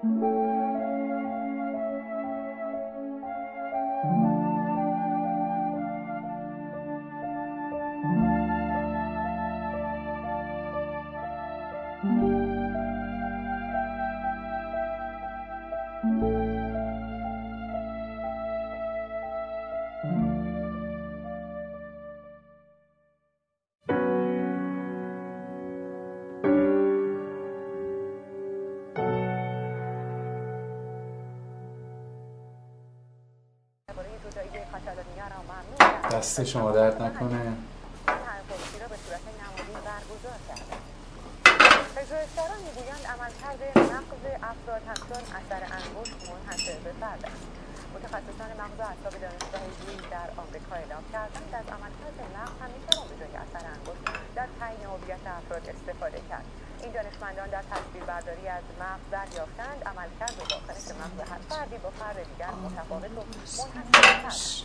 دست شما درد نکنه. پژوهشگران میگویند عملکرد مغز افراد همچون اثر انگشت منحصر به فرد است. متخصصان مغز و اعصاب دانشگاه ییل در آمریکا اعلام کردند از عملکرد مغز همیشه را به جای اثر انگشت در تعیین هویت افراد استفاده کرد. این دانشمندان در تصویربرداری از مغز دریافتند عملکرد و واکنش مغز هر فردی با فرد دیگر متفاوت و منحصر به فرد است.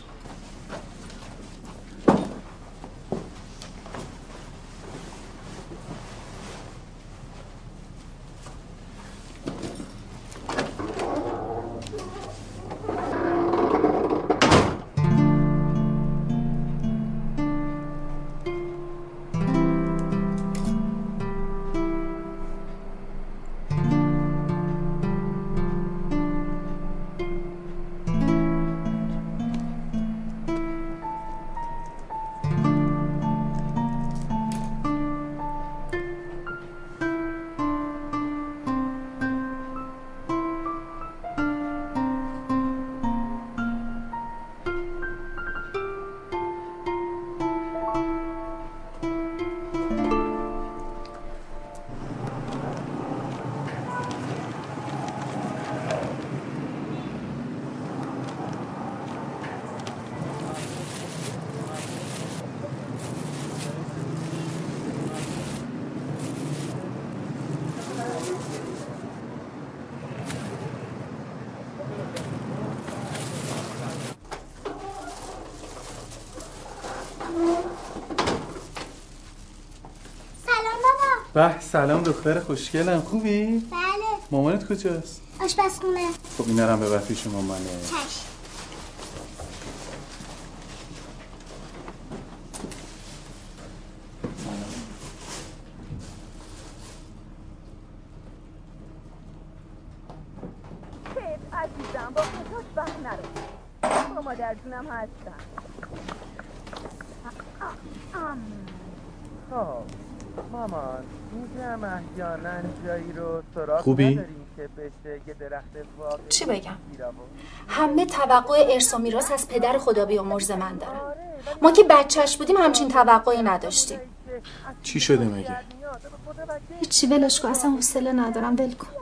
به سلام دختر خوشگلم، خوبی؟ بله. مامانت کجاست؟ آشپزخونه. خب اینا رو هم ببر پیش مامانه. چشم. عزیزم با خودش وقت نرو. با مادر جونم هستم. خب مامان میگم احیانا جایی رو سراغ خوبی؟ نداریم که بشه یه درخت واقعی. چی بگم؟ همه توقع ارث و میراث از پدر خدا بیامرز من دارن. ما که بچهش بودیم همچین توقعی نداشتیم. چی شده مگه؟ هیچی، ولش کن، اصلا حوصله ندارم، ول کن.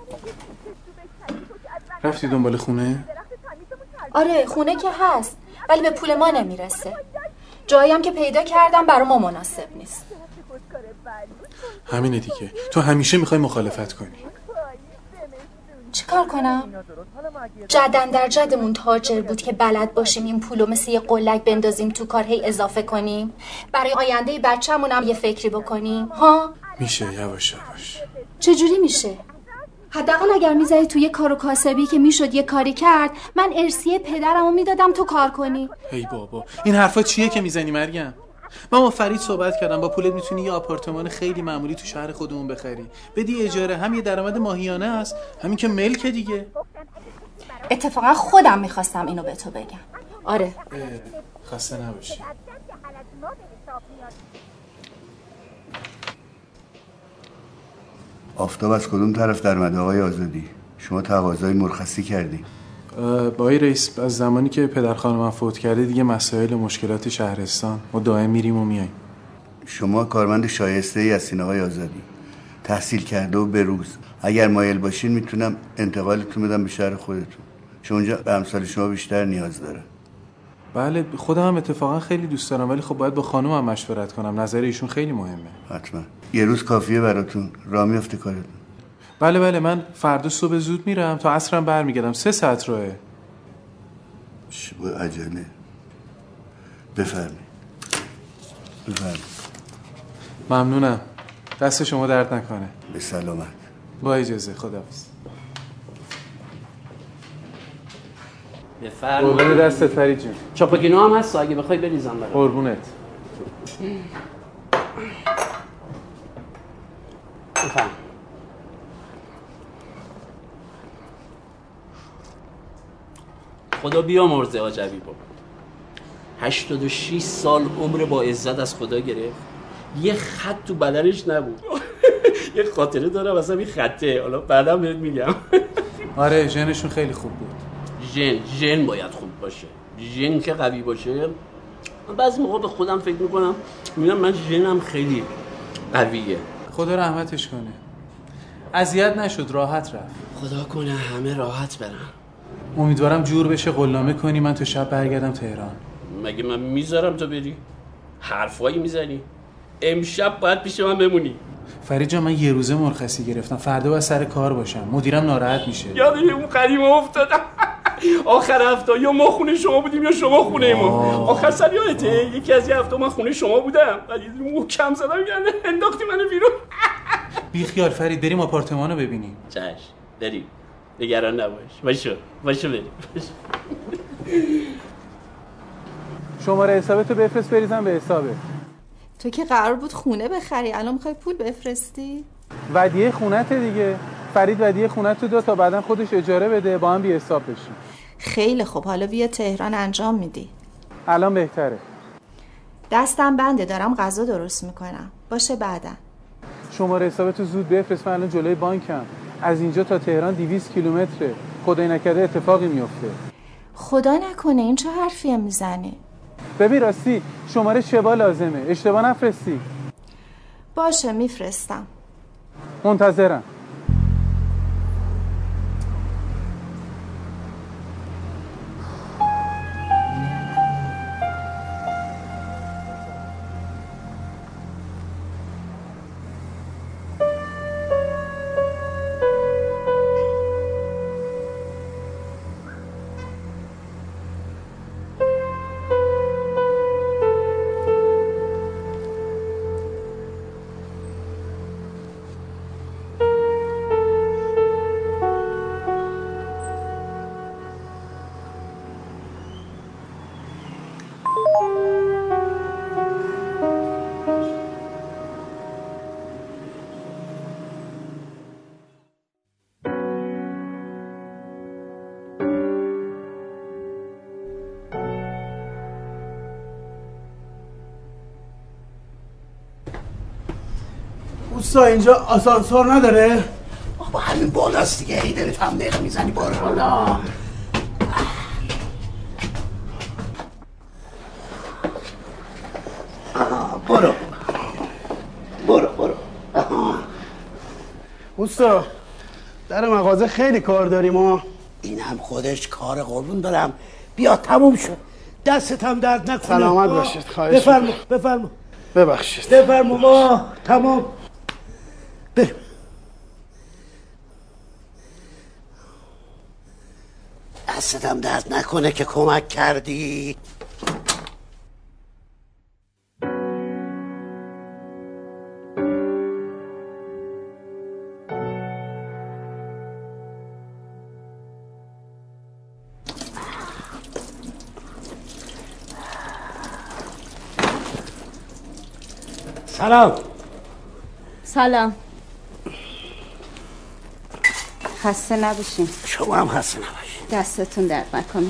رفتی دنبال خونه؟ آره خونه که هست ولی به پول ما نمیرسه. جاییم که پیدا کردم برای ما مناسب نیست. همینه دیگه، تو همیشه میخوای مخالفت کنی. چی کار کنم؟ جدن در جدمون تاجر بود که بلد باشیم این پولو مثل یه قلک بندازیم تو کار، هی اضافه کنیم برای آینده بچه‌مون هم یه فکری بکنیم ها؟ میشه یواش یواش. چجوری میشه؟ حداقل اگر میذاری توی یه کار و کاسبی که میشد یه کاری کرد، من ارثیه پدرمو میدادم تو کار کنی. ای بابا این حرفا چیه که میزنی مریم؟ من با فرید صحبت کردم، با پولت میتونی یه آپارتمان خیلی معمولی تو شهر خودمون بخری، بدی اجاره، هم یه درآمد ماهیانه است، همین که ملک دیگه. اتفاقا خودم میخواستم اینو به تو بگم. آره خسته نباشی. آفتاب از کدوم طرف در اومده آقای آزادی؟ شما تقاضای مرخصی کردی؟ بای رئیس، از زمانی که پدر خانمم فوت کرده دیگه مسائل و مشکلات شهرستان ما دائم میریم و میاییم. شما کارمند شایسته ای هستین آقای آزادی، تحصیل کرده و به روز. اگر مایل باشین میتونم انتقالتون بدم به شهر خودتون، چون اونجا به امثال شما بیشتر نیاز داره. بله خودم هم اتفاقا خیلی دوست دارم، ولی خب باید با خانومم مشورت کنم، نظر ایشون خیلی مهمه. حتما یه روز کافیه براتون، راه میفته کارتون. بله من فردا صبح زود میرم تا عصرم برمیگردم، 3 ساعت راهه. با عجله. بفرمایید. ممنونم، دست شما درد نکنه. به سلامت. با اجازه، خداحافظ. بفرمایید. قربون دستت فرید جون. چاپاکینو هم هست اگه بخوای بریزم برات. قربونت. بفرمایید. خدا بیامرزه حاج حبیبو. 86 سال عمر با عزت از خدا گرفت. یه خط تو بدنش نبود. یه خاطره دارم اصلا این خطه. حالا بعدم بهت میگم. آره ژنشون خیلی خوب بود. ژن باید خوب باشه. ژن که قوی باشه. من بعضی موقع به خودم فکر میکنم میبینم من ژنم خیلی قویه. خدا رحمتش کنه. اذیت نشد، راحت رفت. خدا کنه همه راحت برن. امیدوارم جور بشه قلامه کنی من تو شب برگردم تهران. مگه من میذارم تو بری؟ حرفایی میزنی؟ امشب باید پیش من بمونی. فرید جان من یه روزه مرخصی گرفتم، فردا باید سر کار باشم، مدیرم ناراحت میشه. یاد اون قدیمه افتادم. آخر هفته یا ما خونه شما بودیم یا شما خونه ما. آخر سر یادته یکی از هفته من خونه شما بودم ولی محکم زدم انداختی منو بیرون. بی خیال فرید بریم آپارتمانو ببینیم. چش بریم، نگران نباش. باشو بریم. شماره حسابتو بفرست بریزم به حسابه. تو که قرار بود خونه بخری الان میخوای پول بفرستی؟ ودیعه خونته دیگه. فرید ودیعه خونتو داد تا بعداً خودش اجاره بده با هم بی حساب بشیم. خیلی خوب، حالا بیا تهران انجام میدی. الان بهتره. دستم بنده دارم غذا درست میکنم. باشه بعداً. شماره حسابتو زود بفرست، من الان جلوی بانکم. از اینجا تا تهران 200 کیلومتره. خدای نکرده اتفاقی میفته. خدا نکنه، این چه حرفیه میزنی؟ ببین راستی شماره شبا لازمه، اشتباه نفرستی. باشه میفرستم. منتظرم. اوستا اینجا آسانسور نداره؟ با همین بالاست دیگه. ای دلت هم نق میزنی بارو بالا. برو. اوستا در مغازه خیلی کار داریم ها. این هم خودش کار قربون برم. بیا تموم شد. دستت هم درد نکنه. سلامت باشید. خواهش بفرما. ببخشید. بفرما. تمام. بریم. دستت هم درد نکنه که کمک کردی. سلام. خسته نباشین. شما هم خسته نباشین. دستتون درد نکنه.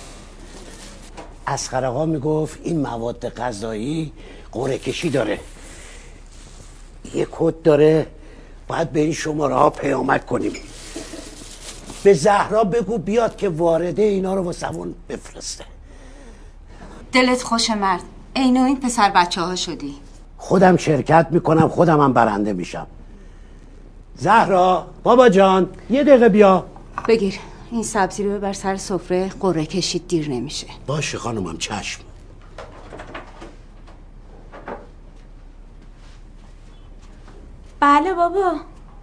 اصغر آقا میگفت این مواد غذایی قرعه کشی داره. یه کد داره باید به این شماره ها پیامک کنیم. به زهرا بگو بیاد که وارده اینا رو واسمون بفرسته. دلت خوش مرد. عین این پسر بچه ها شدی. خودم شرکت میکنم، خودم هم برنده میشم. زهرا بابا جان یه دقیقه بیا. بگیر این سبزی رو ببر سر سفره، قرعه کشید دیر نمیشه. باشه خانومم، چشم. بله بابا.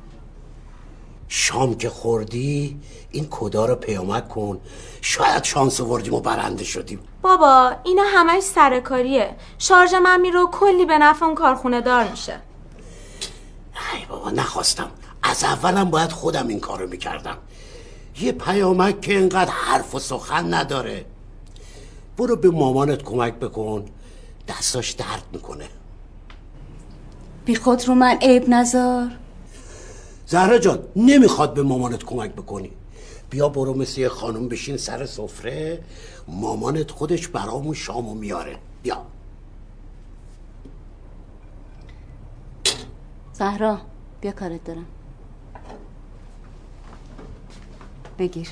شام که خوردی این کدا رو پیامک کن، شاید شانس آوردیم و برنده شدیم. بابا اینا همش سرکاریه. شارژ من میره و کلی به نفع اون کارخونه دار میشه. ای بابا نخواستم. از اولم باید خودم این کارو میکردم. یه پیامک که اینقدر حرف و سخن نداره. برو به مامانت کمک بکن، دستاش درد میکنه. بی خود رو من عیب نذار. زهرا جان نمیخواد به مامانت کمک بکنی. بیا برو مثل یه خانم بشین سر سفره، مامانت خودش برامون شامو میاره. بیا. زهرا بیا کارت دارم. بگیر.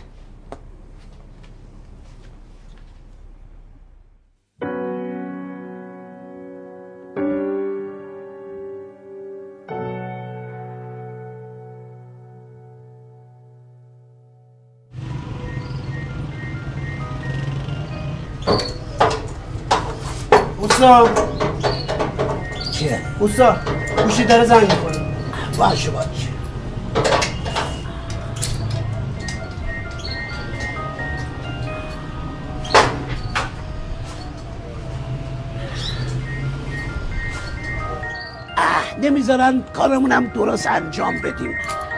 استاد چیه؟ استاد گوشی داره زنگ میکنه. باشه نمیذارن کارمونم درست انجام بدیم.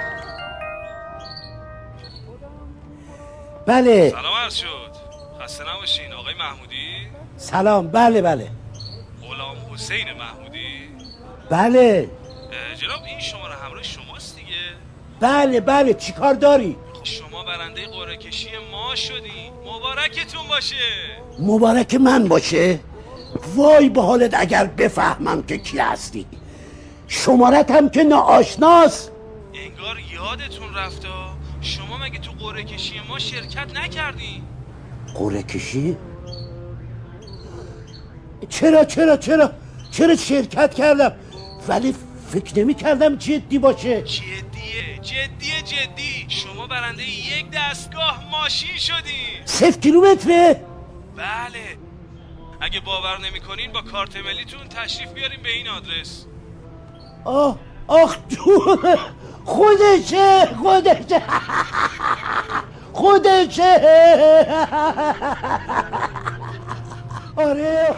بله سلام عرض شد. خسته نباشین آقای محمودی. سلام. بله غلام حسین محمودی. بله جناب این شماره همراه شماست بله دیگه. بله چی کار داری؟ شما برنده قرعه کشی ما شدی. مبارکتون باشه. مبارک من باشه؟ وای به حالت اگر بفهمم که کی هستی. شمارت هم که ناآشناست. انگار یادتون رفته. شما مگه تو قرعه کشی ما شرکت نکردی؟ قرعه کشی؟ چرا شرکت کردم، ولی فکر نمی کردم جدی باشه. جدی شما برنده یک دستگاه ماشین شدی. 0 کیلومتره؟ بله. اگه باور نمی کنین با کارت ملیتون تشریف بیاریم به این آدرس. آخ جون خودشه آره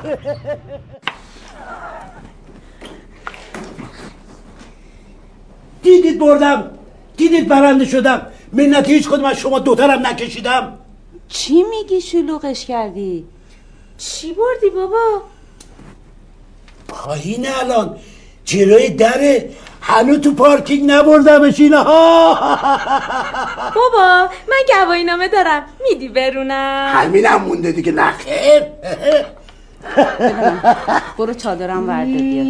دیدید بردم، دیدید برنده شدم. منت هیچ کدوم از شما دوترم نکشیدم. چی میگی شلوغش کردی؟ چی بردی بابا؟ پایین الان جلوی دره، هنو تو پارکینگ نبردمش اینها. بابا من گواهی نامه دارم، میدی برونم؟ همینم مونده دیگه. نخیر برو چادرم ورده بیا.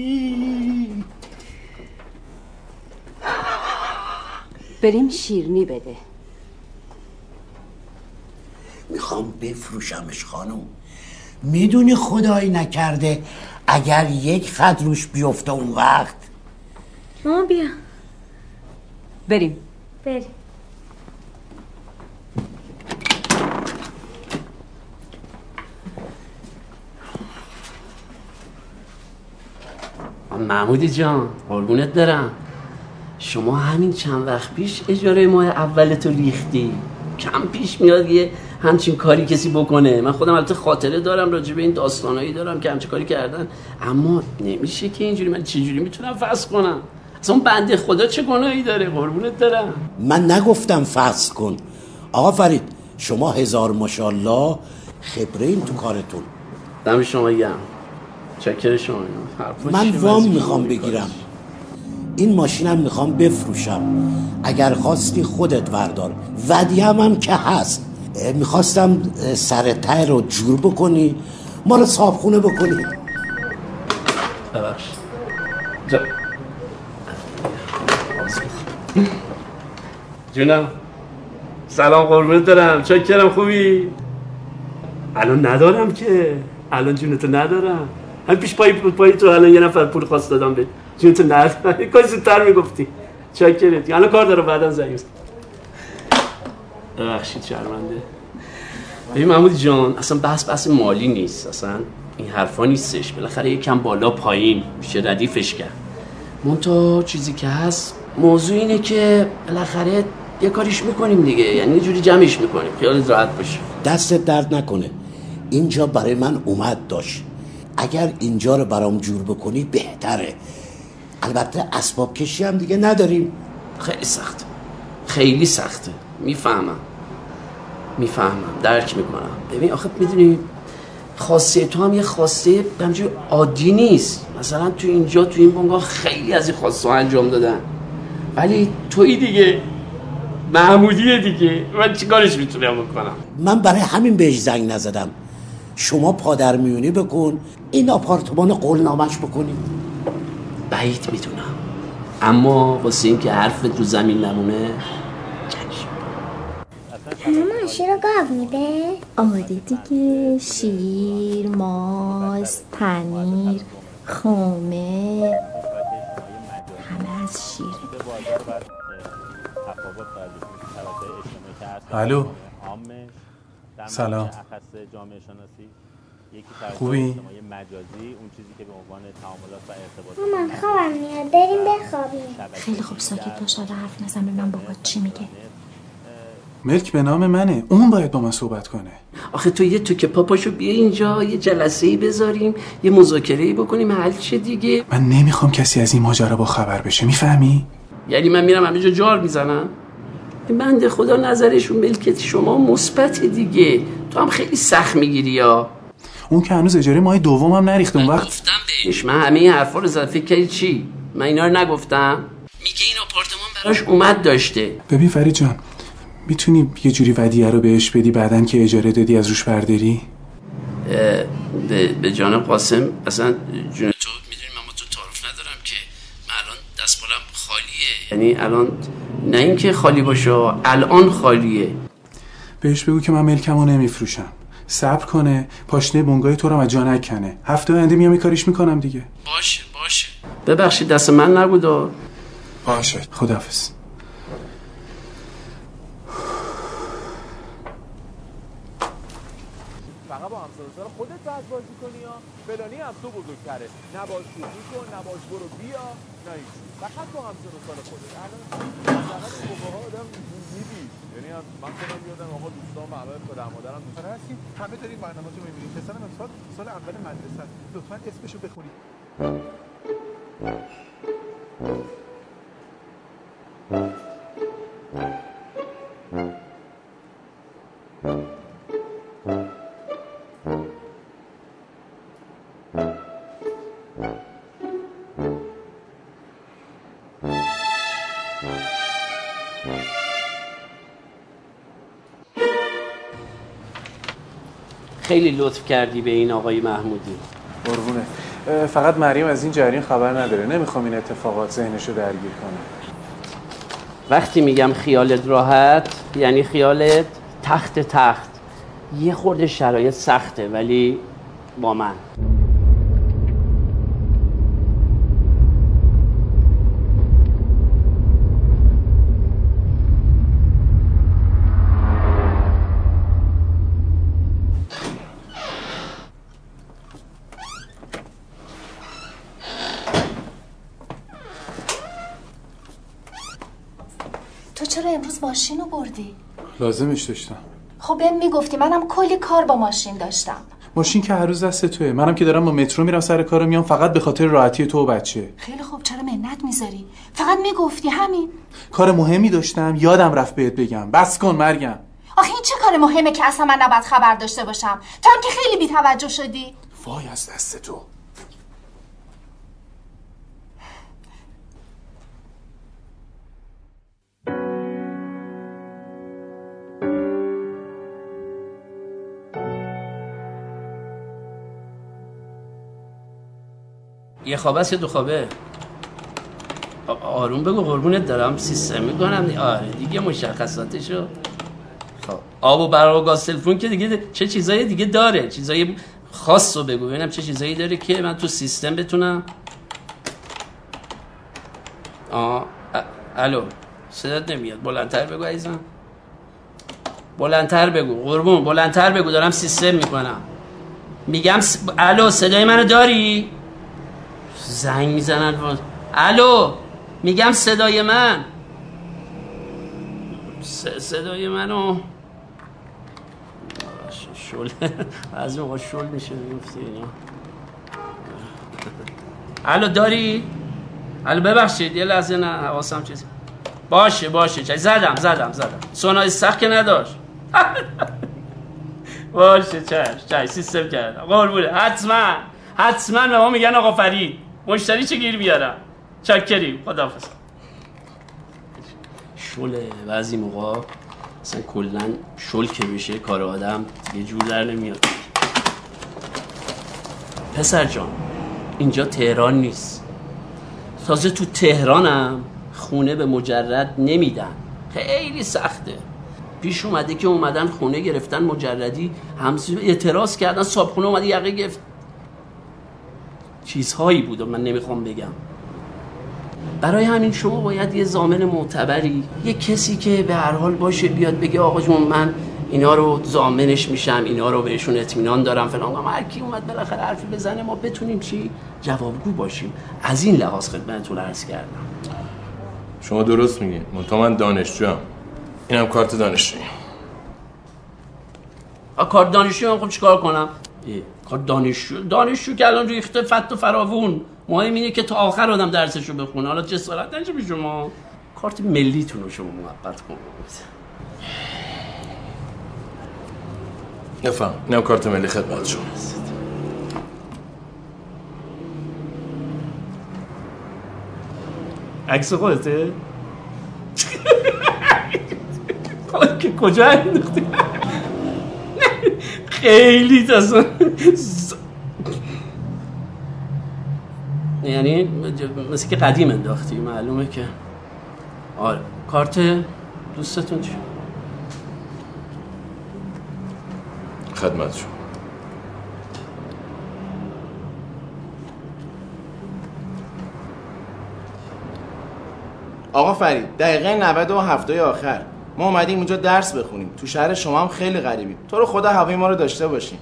بریم شیرنی بده. میخوام بفروشمش خانم. میدونی خدایی نکرده اگر یک خط روش بیفته اون وقت. ماما بیا بریم. محمودی جان قربونت برم. شما همین چند وقت پیش اجاره ماه اولتو ریختی. کم پیش میاد یه همچین کاری کسی بکنه. من خودم البته خاطره دارم راجع به این داستانایی دارم که همچین کاری کردن، اما نمیشه که اینجوری. من چجوری میتونم فسخ کنم؟ اصلا بنده خدا چه گناهی داره؟ قربونت برم. من نگفتم فسخ کن آقا فرید. شما 1000 ماشاءالله خبره این تو کارتون. دم شما گرم. چکر شما. من وام میخوام بگیرم. این ماشینم میخوام بفروشم. اگر خواستی خودت بردار. ودیعه هم که هست. میخواستم سر ته رو جور بکنی، ما رو صابخونه بکنی. ببخش جونم. سلام قربونت دارم. چاکرم. خوبی؟ الان ندارم که. الان جونتو ندارم. هم پیش پای تو الان یه نفر پول خواست دادم به جونتو ندارم. کاش زودتر میگفتی. چاکرت. الان کار دارم بعداً زنگ میزنم. ببخشید شرمنده. ببین محمود جان اصلا بحث مالی نیست. اصلا این حرفا نیستش. بالاخره یکم بالا پایین میشه ردیفش کرد. منتها چیزی که هست موضوع اینه که بالاخره یه کاریش میکنیم دیگه. یعنی یه جوری جمعش میکنیم. خیالت راحت باشه. دستت درد نکنه. اینجا برای من اومد داشت. اگر اینجا رو برام جور بکنی بهتره. البته اسباب کشی هم دیگه نداریم. خیلی سخت. خیلی سخته. میفهمم درک میکنم. ببین آخه میدونی خواسته تو هم یه خواسته همجور عادی نیست. مثلا تو اینجا تو این بنگاه خیلی از این خواسته ها انجام دادن، ولی توی دیگه محمودیه دیگه، من چیکارش میتونم بکنم؟ من برای همین بهش زنگ نزدم. شما پادرمیونی بکن، این آپارتمان قولنامه‌اش بکنید. بعید میدونم، اما واسه این که حرف تو زمین نمونه. مامان شیر و گاو میده؟ آره دیگه، شیر، ماست، پنیر، خامه، همه از شیره. الو، سلام، خوبی؟ مامان خوابم میاد، بریم بخوابیم. خیلی خوب، ساکت باش، حرف نزن، ببینم بابات چی میگه. ملک به نام منه، اون باید با من صحبت کنه. آخه تو یه توکه پاپاشو بیا اینجا، یه جلسه‌ای بذاریم، یه مذاکره‌ای بکنیم، حل شه دیگه. من نمیخوام کسی از این ماجرا با خبر بشه، میفهمی؟ یعنی من میرم همینجا جار میزنم؟ این بنده خدا نظرشون ملکت شما مثبت دیگه، تو هم خیلی سخت میگیری یا اون که هنوز اجاره ماه دوم هم نریخته. اون وقت گفتم بهش، من همه این حرفا رو زدم. فکر کردی چی؟ من اینا رو نگفتم؟ میگه این آپارتمان براش اومد داشته. ببین فرید جان، میتونی یه جوری ودیعه رو بهش بدی بعدن که اجاره دادی از روش برداری؟ به جان قاسم، اصلا جون تو میدونی من با تو تعارف ندارم که من الان دستپالم خالیه. یعنی الان نه اینکه خالی باشه، الان خالیه. بهش بگو که من ملکمو نمیفروشم، صبر کنه، پاشنه بنگاه تو رو از جا نکنه. هفته آینده میام کاریش میکنم دیگه. باشه ببخشید دست من نبود. باشه، خداحافظ. فقط با همسر خودت باید بازی کنی یا فلانی از تو بزرگتره، نباش شوخی کن، نباش برو بیا، نه هیچ، فقط با همسر خودت. الان فقط این موقع‌ها آدم می‌بینی، یعنی من خودم یادم آقا دوستان معلومه پدر مادرم دوست هستیم، همه داریم برنامه‌تو می‌بینیم. پسرم امسال سال اول مدرسه است، لطفاً اسمشو بخونید. خیلی لطف کردی به این آقای محمودی. قربونه. فقط مریم از این جریان خبر نداره، نمیخوام این اتفاقات ذهنشو درگیر کنه. وقتی میگم خیالت راحت یعنی خیالت تخت. یه خورده شرایط سخته ولی با من. تو چرا امروز ماشین رو بردی؟ لازمش داشتم. خب بهم میگفتی، منم کلی کار با ماشین داشتم. ماشین که هر روز دست توئه، منم که دارم با مترو میرم سر کارو میام فقط به خاطر راحتی تو و بچه. خیلی خوب، چرا منت میذاری؟ فقط میگفتی همین. کار مهمی داشتم، یادم رفت بهت بگم. بس کن مریم. آخه این چه کار مهمه که اصلا من نباید خبر داشته باشم؟ تو هم که خیلی بی‌توجه شدی. وای از دست تو. یه خوابه است یا دو خوابه؟ آروم بگو قربونت دارم، سیستم میکنم. آره دیگه مشخصاتشو. خب آب و برق و گاز تلفن که دیگه چه چیزایی دیگه داره، چیزای خاص رو بگو ببینم چه چیزایی داره که من تو سیستم بتونم. الو صدات نمیاد، بلندتر بگو عزیزم، بلندتر بگو قربون، بلندتر بگو، دارم سیستم میکنم. میگم الو صدای منو داری؟ زنگ میزنن. الو میگم صدای من، صدای منو شل از موقع شل میشه میفتی اینا. الو داری؟ الو ببخشید یه لحظه، نه حواسم چیزی. باشه چای زدم سونای سخت که نداشت. باشه چای سیستم کردم قربونه. حتما به ما میگن آقا فرید مشتری چه گیر بیارم. چاکریم، خداحافظ. شله بعضی موقع اصلا کلن شل که بشه کار آدم یه جور در نمیاد. پسر جان اینجا تهران نیست، تازه تو تهرانم خونه به مجرد نمیدن، خیلی سخته. پیش اومده که اومدن خونه گرفتن مجردی، همسایه اعتراض کردن، صاحبخونه اومده یقه گرفت. چیزهایی بود و من نمیخوام بگم. برای همین شما باید یه ضامن معتبری، یه کسی که به هر حال باشه بیاد بگه آقا جون من اینا رو ضامنش میشم، اینا رو بهشون اطمینان دارم فلان. اما هر کی اومد بالاخره حرفی بزنه ما بتونیم چی جوابگو باشیم. از این لحاظ خدمتتون عرض کردم. شما درست میگین، من دانشجوام. اینم کارت دانشجویی. کارت دانشجویی خب چیکار کنم؟ کارت دانشجو که الان ریخته فت و فراوون. مهم اینه که تا آخر آدم درسشو بخونه. حالا جسارت نشه به شما کارت ملیتون رو شما محبت کنید. نفهم. اینم کارت ملی خدمت شما. عکس خودته؟ حالا که کجا انداختی؟ خیلی تازه یعنی مثل که قدیم انداختی. معلومه که آره. کارت دوستتون چی؟ خدمت شما. آقا فرید دقیقه 97 آخر ما اومدیم اونجا درس بخونیم. تو شهر شما هم خیلی غریبیم. تو رو خدا هوای ما رو داشته باشیم.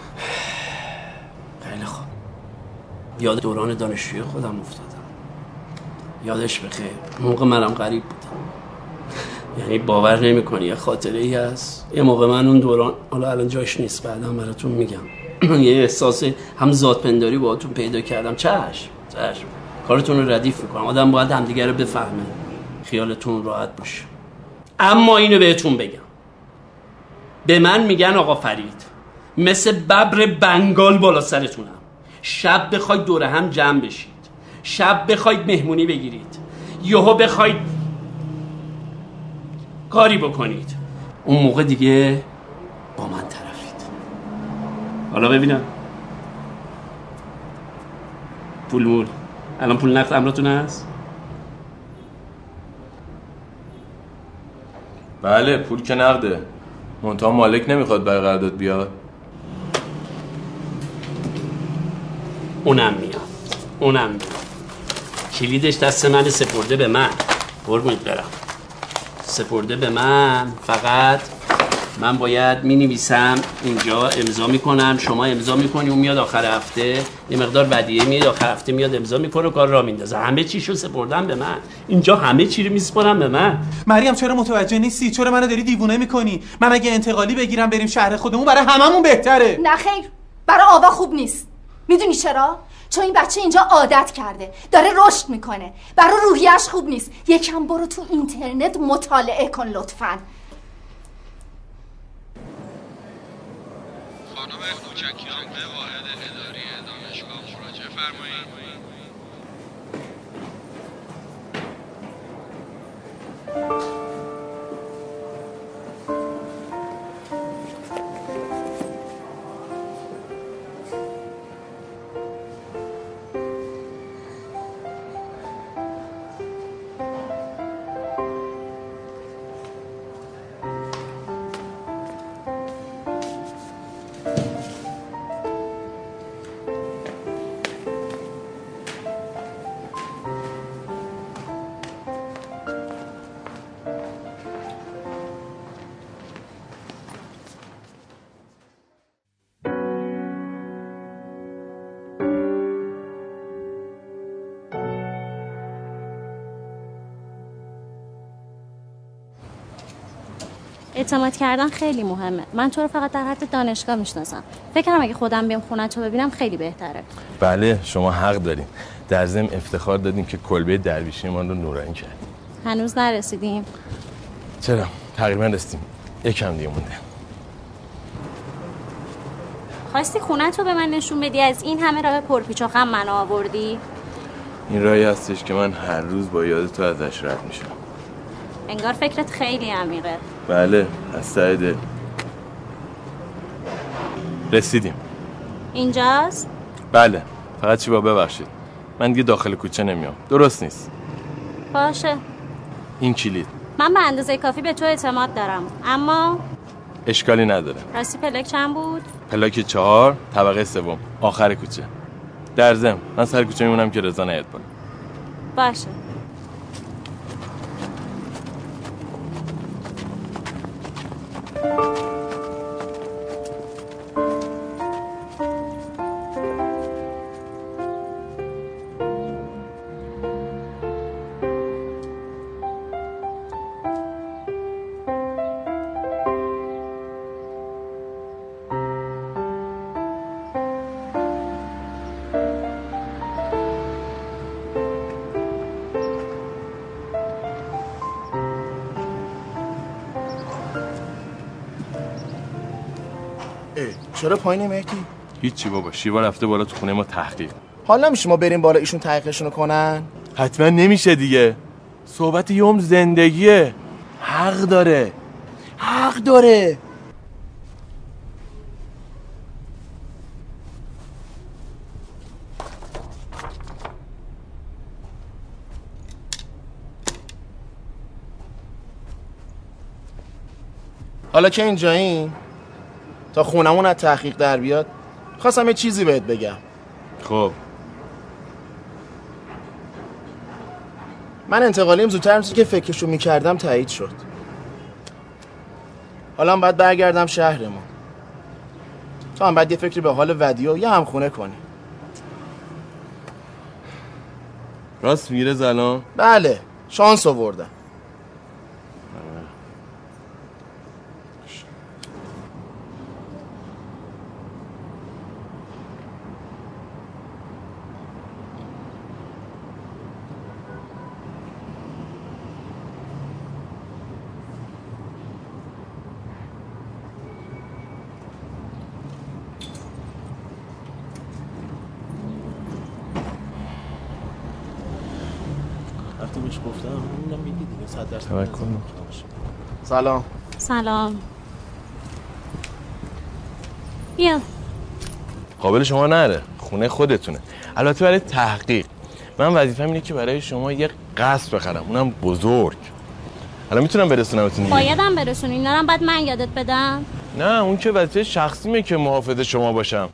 خیلی خوب. یاد دوران دانشجویی خودم افتادم. یادش بخیر. موقع منم غریب بودم. یعنی باور نمی‌کنی یه خاطره ای هست. یه موقع من اون دوران، حالا الان جاش نیست، بعدم براتون میگم. یه احساس هم ذات‌پنداری باهاتون پیدا کردم. چشم. کارتون رو ردیف میکنم. آدم باید همدیگه رو بفهمه. خیالتون راحت باشه. اما اینو بهتون بگم، به من میگن آقا فرید مثل ببر بنگال بالا سرتونم. شب بخواید دور هم جمع بشید، شب بخواید مهمونی بگیرید، یهو بخواید کاری بکنید، اون موقع دیگه با من طرفید. حالا ببینم پول الان پول نقد امراتون هست؟ بله پول که نقده، منتها مالک نمیخواد برای قرارداد بیاد. اونم میاد. کلیدش دست من، سپرده به من. قربونت برم، سپرده به من. فقط من باید مینویسم اینجا، امضا میکنم، شما امضا میکنی، اون میاد آخر هفته یه مقدار ودیعه میاد، آخر هفته میاد امضا میکنه و کار را میندازه. همه چیشو سپردم به من. اینجا همه چی رو میسپارم به من. مریم چرا متوجه نیستی؟ چرا منو داری دیوونه میکنی؟ من اگه انتقالی بگیرم بریم شهر خودمون برای هممون بهتره. نه خیر، برای آوا خوب نیست. میدونی چرا؟ چون این بچه اینجا عادت کرده، داره رشد میکنه، برای روحیه‌اش خوب نیست. یکم برو تو اینترنت مطالعه کن لطفاً. خانم کوچکیان به واحد اداری دانشگاه مراجعه فرمایید. اعتماد کردن خیلی مهمه. من تو رو فقط در حد دانشگاه میشناسم. فکر کنم اگه خودم بیام خونه تو ببینم خیلی بهتره. بله شما حق دارین. در ضمن افتخار دادین که کلبه درویشی ما رو نورانی کردین. هنوز نرسیدیم. چرا؟ تقریبا رسیدیم. یکم دیگه مونده. خواستی خونه تو به من نشون بدی؟ از این همه راه پرپیچ و خم منو آوردی؟ این راهی هستش که من هر روز با یاد تو ازش رد میشم. انگار فکرت خیلی عمیقه. بله، از ته دل. رسیدیم. اینجاست؟ بله، فقط چی با ببخشید من دیگه داخل کوچه نمیام، درست نیست. باشه. این کلید. من به اندازه کافی به تو اعتماد دارم، اما اشکالی نداره. راستی پلاک چند بود؟ پلاک 4 طبقه 3 آخر کوچه. در ضمن من سر کوچه میمونم که رضا نیاد بالا. باشه. چرا پایینی مهدی؟ هیچی بابا، شیوا رفته بالا تو خونه ما تحقیق. حال نمیشه ما بریم بالا ایشون تحقیقشونو کنن؟ حتما نمیشه دیگه. صحبت یوم زندگیه. حق داره. حق داره. حالا که اینجاییم تا خونمون از تحقیق در بیاد خواستم یه چیزی بهت بگم. خب من انتقالیم زودتر که فکرشو میکردم تایید شد. حالا هم باید برگردم شهرمون. تو هم باید یه فکری به حال ودیع و یه همخونه کنی. راست میگیره زلان؟ بله، شانس آوردم. بهش گفتم اونم میگی دیگه 100% توکل. سلام. سلام. بیا. قابل شما نره، خونه خودتونه. البته برای تحقیق من وظیفه‌م اینه که برای شما یه قصر بخرم، اونم بزرگ. الان میتونم برسونمتون؟ بایدم برسونی، اینا رو بعد من یادت بدم؟ نه اون که وظیفه شخصیمه که محافظ شما باشم.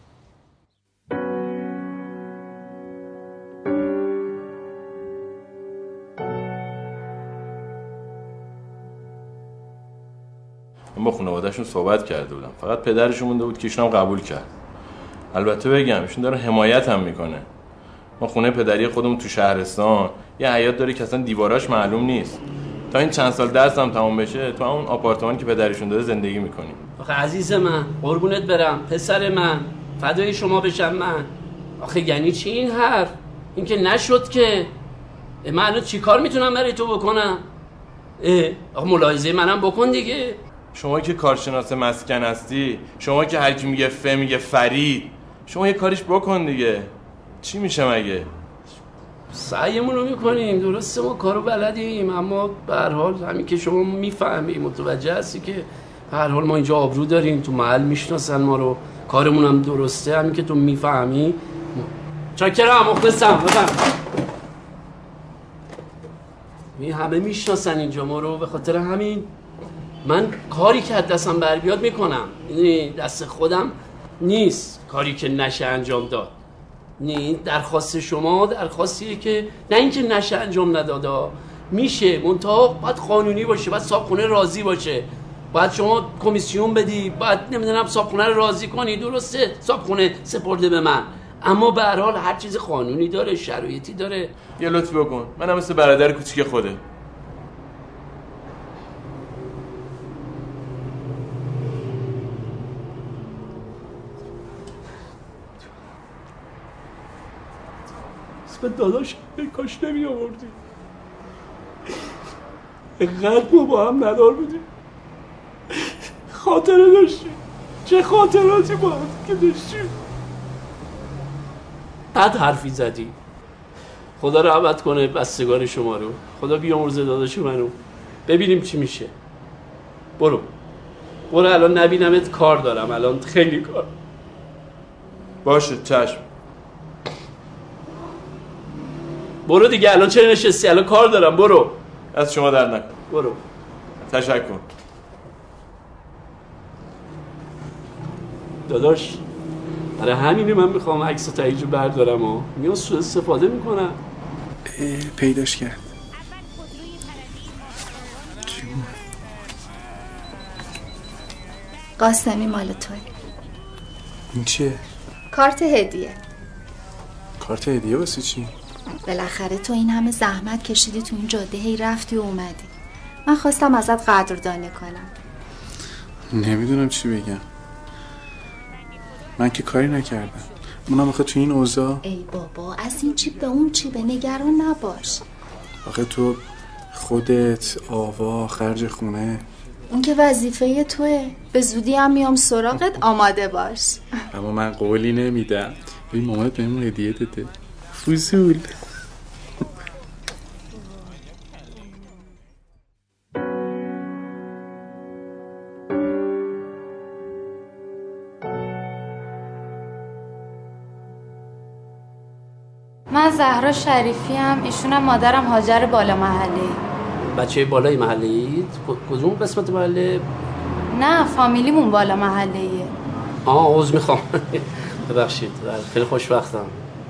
من با خانواده‌شون صحبت کرده بودم، فقط پدرشون مونده بود که ایشون هم قبول کرد. البته بگم ایشون داره حمایت هم میکنه. ما خونه پدری خودمون تو شهرستان یه حیاط داره که اصلا دیواراش معلوم نیست. تا این چند سال درسم تمام بشه تو اون آپارتمانی که پدرشون داره زندگی میکنیم. آخه عزیز من، قربونت برم، پسر من، فدای شما بشم من. آخه یعنی چی این حرف؟ این که نشد که. من الان چی کار میتونم برای تو بکنم؟ آخه ملاحظه منم بکن دیگه. شما که کارشناس مسکن هستی، شما که هر کی میگه میگه فرید، شما یه کاریش بکن دیگه. چی میشه مگه؟ سعیمون رو میکنیم، درسته ما کارو بلدیم، اما به هر حال همین که شما میفهمی، متوجه هستی که به هر حال ما اینجا آبرو داریم، تو محل میشناسن ما رو، کارمون هم درسته، همین که تو میفهمی. چاکرم، مخلصم. همه میشناسن اینجا ما رو، به خاطر همین من کاری که از دستم بر بیاد میکنم. یعنی دست خودم نیست کاری که نشه انجام داد. نه درخواست شما درخواستیه که نه اینکه نشه انجام ندادا، میشه، منتها باید قانونی باشه، باید صاحبخونه راضی باشه، باید شما کمیسیون بدی، باید نمیدونم صاحبخونه رو راضی کنی. درسته صاحبخونه سپرده به من، اما به هر حال هر چیز قانونی داره، شرایطی داره. یه لطف بکن، منم مثل برادر کوچیک خوده. اسم داداش کاش نمی آوردی. اینقدر ما با هم ندار بودیم، خاطره داشتیم، چه خاطراتی با هم که داشتیم. قد حرفی زدی. خدا رحمت کنه بستگان شما رو، خدا بیامرزه داداش منو. ببینیم چی میشه. برو الان نبینمت، کار دارم الان، خیلی کار. باشه چشم. برو دیگه، الان چرا نشستی؟ الان کار دارم، برو. از شما در نکن. برو. تشکر. داداش برای همینه من میخوام عکس تاییدو بردارم و میان سوء استفاده میکنم. پیداش کرد. قاسمی مال توی. این چیه؟ کارت هدیه. کارت هدیه واسه چی؟ بالاخره تو این همه زحمت کشیدی تو این جاده، هی رفتی و اومدی. من خواستم ازت قدردانی کنم. نمیدونم چی بگم. من که کاری نکردم. اونم آخه تو این اوضاع. ای بابا از این چی به اون چی به، نگران نباش. آخه تو خودت، آوا، خرج خونه. اون که وظیفه توه. به زودی هم میام سراغت، آماده باش. اما من قولی نمیدم. ببین مامانت بهمون هدیه داده. فضول. من زهرا شریفی ام، ایشونم مادرم هاجر بالا محله. بچه بالای محله اید؟ کدوم قسمت محله؟ نه فامیلیمون بالا محله ایه. عذر میخوام. ببخشید خیلی خوشبختم.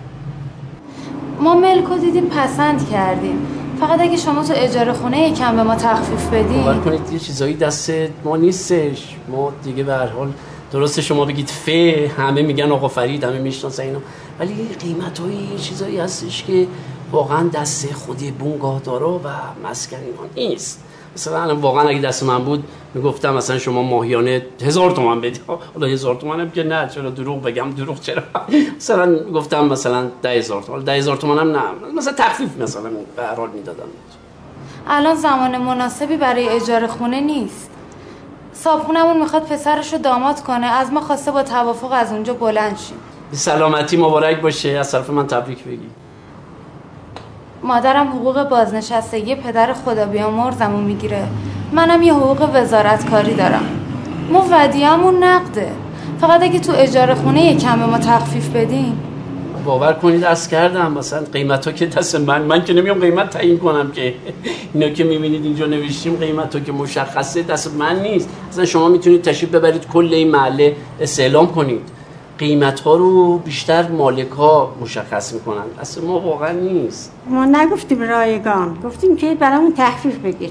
ما ملکو دیدیم پسند کردیم، فقط اگه شما تو اجاره خونه یکم به ما تخفیف بدین. باور کنید یه چیزایی دست ما نیستش. ما دیگه به هر حال درسته شما بگید همه میگن آقا فرید، همه میشناسن اینو، ولی قیمتای یه چیزایی هستش که واقعا دست خود بنگاهدارا و مسکن اینا نیست. مثلا واقعا اگه دست من بود میگفتم مثلا شما ماهیانه 1000 تومان بدید. حالا 1000 تومان هم که نه، چرا دروغ بگم؟ دروغ چرا؟ مثلا گفتم مثلا 10000 تومان. 10000 تومان هم نه، مثلا تخفیف مثلا به هر حال میدادم. الان زمان مناسبی برای اجاره خونه نیست. صاحبخونمون میخواد پسرش رو داماد کنه، از ما خواسته با توافق از اونجا بلند شیم. سلامتی مبارک باشه، از طرف من تبریک بگی. مادرم حقوق بازنشستگی پدر خدا بیامرزمو میگیره، منم یه حقوق وزارتکاری دارم. ما ودیعمون نقده، فقط اگه تو اجاره خونه یکم به ما تخفیف بدین. باور کنید عرض کردم مثلا قیمت ها که دست من که نمیام قیمت تعیین کنم که اینا که میبینید اینجا نوشتیم قیمت ها که مشخصه دست من نیست. مثلا شما میتونید تشریف ببرید کل این محله استعلام کنید، قیمت ها رو بیشتر مالک ها مشخص میکنن، اصلا ما واقعا نیست. ما نگفتیم رایگان، گفتیم که برامون تخفیف بگیر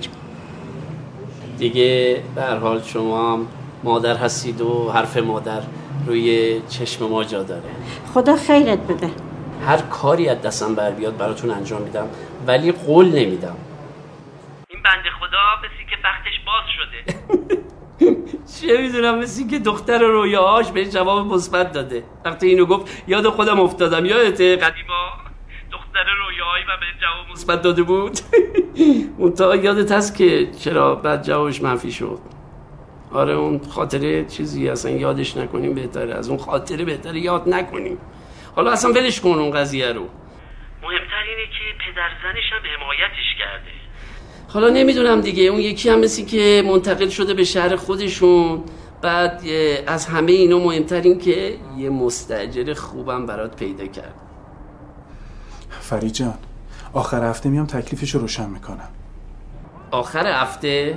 دیگه. به هر حال شما هم مادر هستید و حرف مادر روی چشم ما جا داره. خدا خیرت بده. هر کاری از دستم بر بیاد براتون انجام میدم، ولی قول نمیدم. این بنده خدا مثل که بختش باز شده. چه میدونم، مثل که دختر رویاهاش بهش جواب مثبت داده. وقتی اینو گفت یاد خودم افتادم. یادته قدیما دختر رویاهایی و بهش جواب مثبت داده بود؟ اون یادت هست که چرا بعد جوابش منفی شد؟ آره اون خاطره چیزی اصلا یادش نکنیم بهتره، از اون خاطره بهتره یاد نکنیم. حالا اصلا ولش کن اون قضیه رو. مهمتر اینه که پدر زنش هم حمایتش کرده. حالا نمیدونم دیگه، اون یکی هم مثل که منتقل شده به شهر خودشون. بعد از همه اینا مهمتر این که یه مستاجر خوبم برات پیدا کرد. فرید جان آخر هفته میام تکلیفش رو روشن میکنم. آخر هفته؟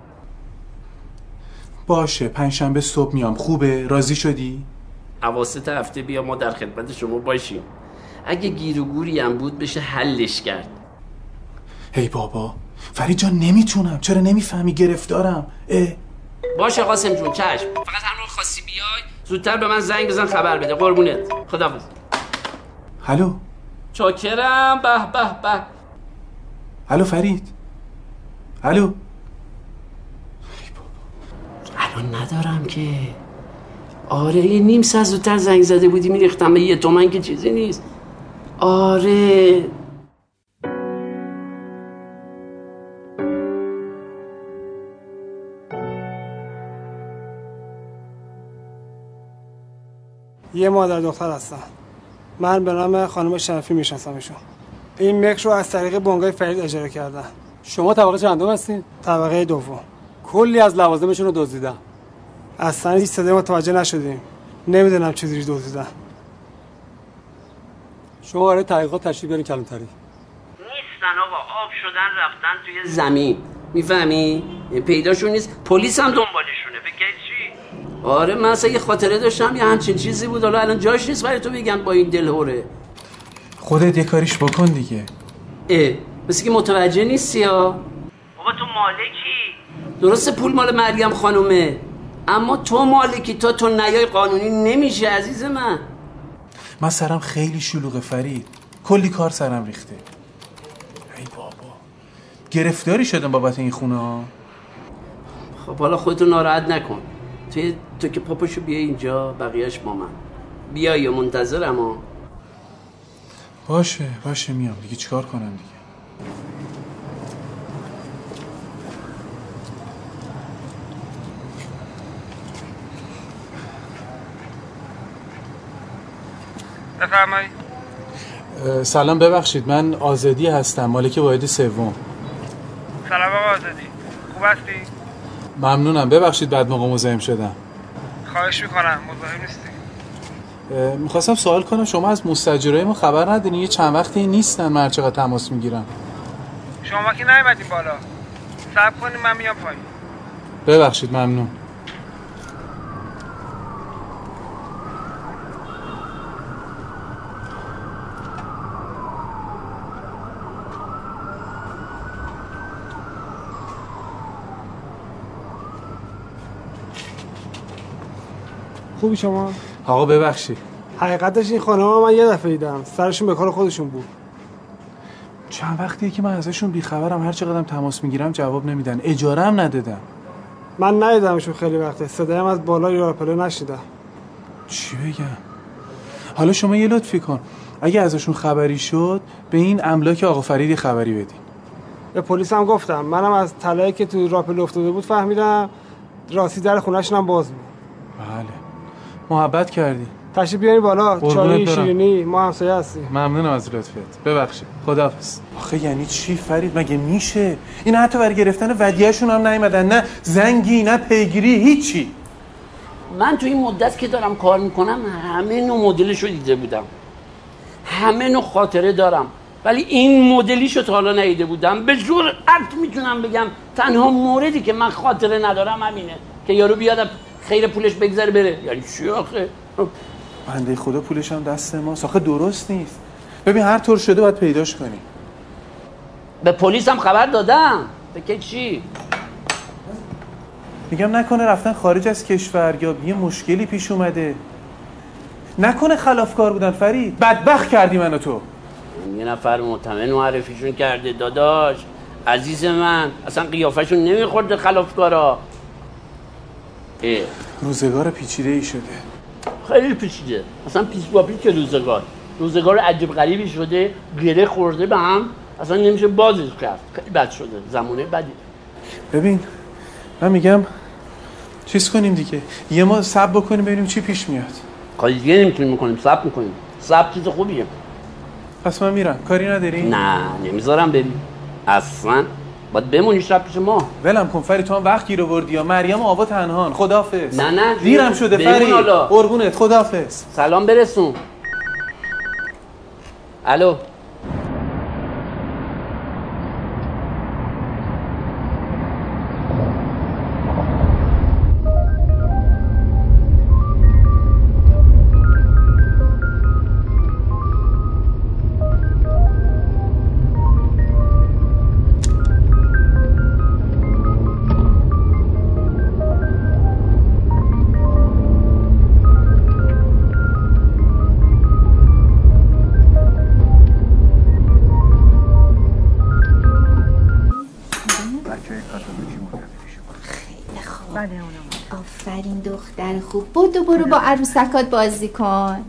باشه پنجشنبه صبح میام. خوبه؟ راضی شدی؟ اواسط هفته بیا، ما در خدمت شما باشیم. اگه گیر و گوری هم بود بشه حلش کرد. هی بابا فرید جان نمیتونم. چرا نمیفهمی؟ گرفتارم. باشه قاسم جون چشم، فقط هر موقع خواستی بیای زودتر به من زنگ بزن خبر بده. قربونت. خداحافظ. هلو چاکرم. به به به. هلو فرید. هلو. الان ندارم که. آره یه نیم ساعت زودتر زنگ زده بودی میریختم به 1 تومن که چیزی نیست. آره یه مادر دختر هستن. من به نام خانم شرفی میشناسمشون. این ملک رو از طریق بنگاه فرید اجاره کردن. شما طبقه چندم هستین؟ طبقه دوم. کلی از لوازمشون رو دزدیدن. اصلا هیچ صدایی متوجه نشدیم. نمیدونم چجوری دزدیدن. شما برای تحقیقات تشریف بیارین کلانتری. نیستن آقا، آب شدن رفتن توی زمین. میفهمی؟ پیداشون نیست. پلیس هم دنبالشونه. فکر چی؟ آره من اصلا یه خاطره داشتم یه همچین چیزی بود. حالا الان جاش نیست برای تو بگم با این دلهوره. خودت یه کاریش بکن دیگه. مثل که متوجه نیستی ها. بابا تو مالکی. درسته پول مال مریم خانومه، اما تو مالکی. تو نیای قانونی نمیشه عزیز من سرم خیلی شلوغه فرید، کلی کار سرم ریخته. ای بابا گرفتاری شدم بابت این خونه ها. خب حالا خودتو ناراحت نکن. تو که پاپاشو بیا اینجا، بقیهش با من. بیا یا منتظرم ها. باشه میام دیگه. چیکار کنم دیگه؟ بفرمایید. سلام، ببخشید من آزادی هستم، مالک واحد سوم. سلام آقا آزادی، خوب هستی؟ ممنونم، ببخشید بعد موقع مزاحم شدم. خواهش میکنم، مزاحم نیستی. میخواستم سوال کنم شما از مستاجرای ما خبر ندارین؟ یه چند وقتی نیستن، من هر چقدر تماس میگیرم. شما که نیومدین بالا. صبر کنین من میام پایین. ببخشید ممنون. خوبی شما؟ آقا ببخشید. حقیقتش این خانم‌ها من یه دفعه دیدم، سرشون به کار خودشون بود. چند وقتیه که من ازشون بیخبرم، هر چقدرم تماس میگیرم جواب نمیدن، اجاره هم ندادن. من ندیدمشون خیلی وقته، صدایم از بالای راپله نشیدم. چی بگم؟ حالا شما یه لطفی کن، اگه ازشون خبری شد به این املاک آقا فرید خبری بدین. به پلیس هم گفتم، منم از طلایی که تو راپله افتاده بود فهمیدم، راستی در خونه‌شون هم باز بود. بله محبت کردی. تشریف بیارین بالا، چای شیرینی، ما همسایه هستیم. ممنونم از لطفت. ببخشید. خداحافظ. آخه یعنی چی فرید؟ مگه میشه؟ اینا حتی برای گرفتن ودیعه‌شون هم نیومدن، نه زنگی نه پیگیری، هیچی. من تو این مدت که دارم کار میکنم همه نوع مدلشو دیده بودم، همه نوع خاطره دارم، ولی این مدلیشو تا حالا ندیده بودم. به جرئت میتونم بگم تنها موردی که من خاطره ندارم همینه که یارو بیاد خیر پولش بگذره بره. یعنی چی آخه؟ بنده خدا پولش هم دست ماست. آخه درست نیست. ببین هر طور شده باید پیداش کنی. به پلیس هم خبر دادم. فکر چی؟ میگم نکنه رفتن خارج از کشور یا یه مشکلی پیش اومده. نکنه خلافکار بودن فرید. بدبخت کردی منو تو. یه نفر مؤتمن معرفیشون کرده داداش. عزیز من اصلا قیافشون نمیخورده خلافکارا. روزگار پیچیده ای شده. خیلی پیچیده. اصلا پیچ با پیچ روزگار عجیب غریبی شده، گره خورده به هم، اصلا نمیشه بازش کرد. خیلی بد شده، زمانه بدی. ببین من میگم چیز کنیم دیگه، یه ما صبر بکنیم ببینیم چی پیش میاد. کاری دیگه نمیتونیم بکنیم، صبر میکنیم. صبر چیز خوبیه. پس من میرم، کاری نداری؟ نه نمیذارم بری. اصلا باید بمونی شب پیش ما. ولم کن فرید، تو هم وقت گیر آوردی یا مریم و آوا تنهان. خداحافظ. نه دیرم شده فرید. قربونت، خداحافظ. سلام برسون. الو. آفرین دختر خوب. برو با عروسکات بازی کن.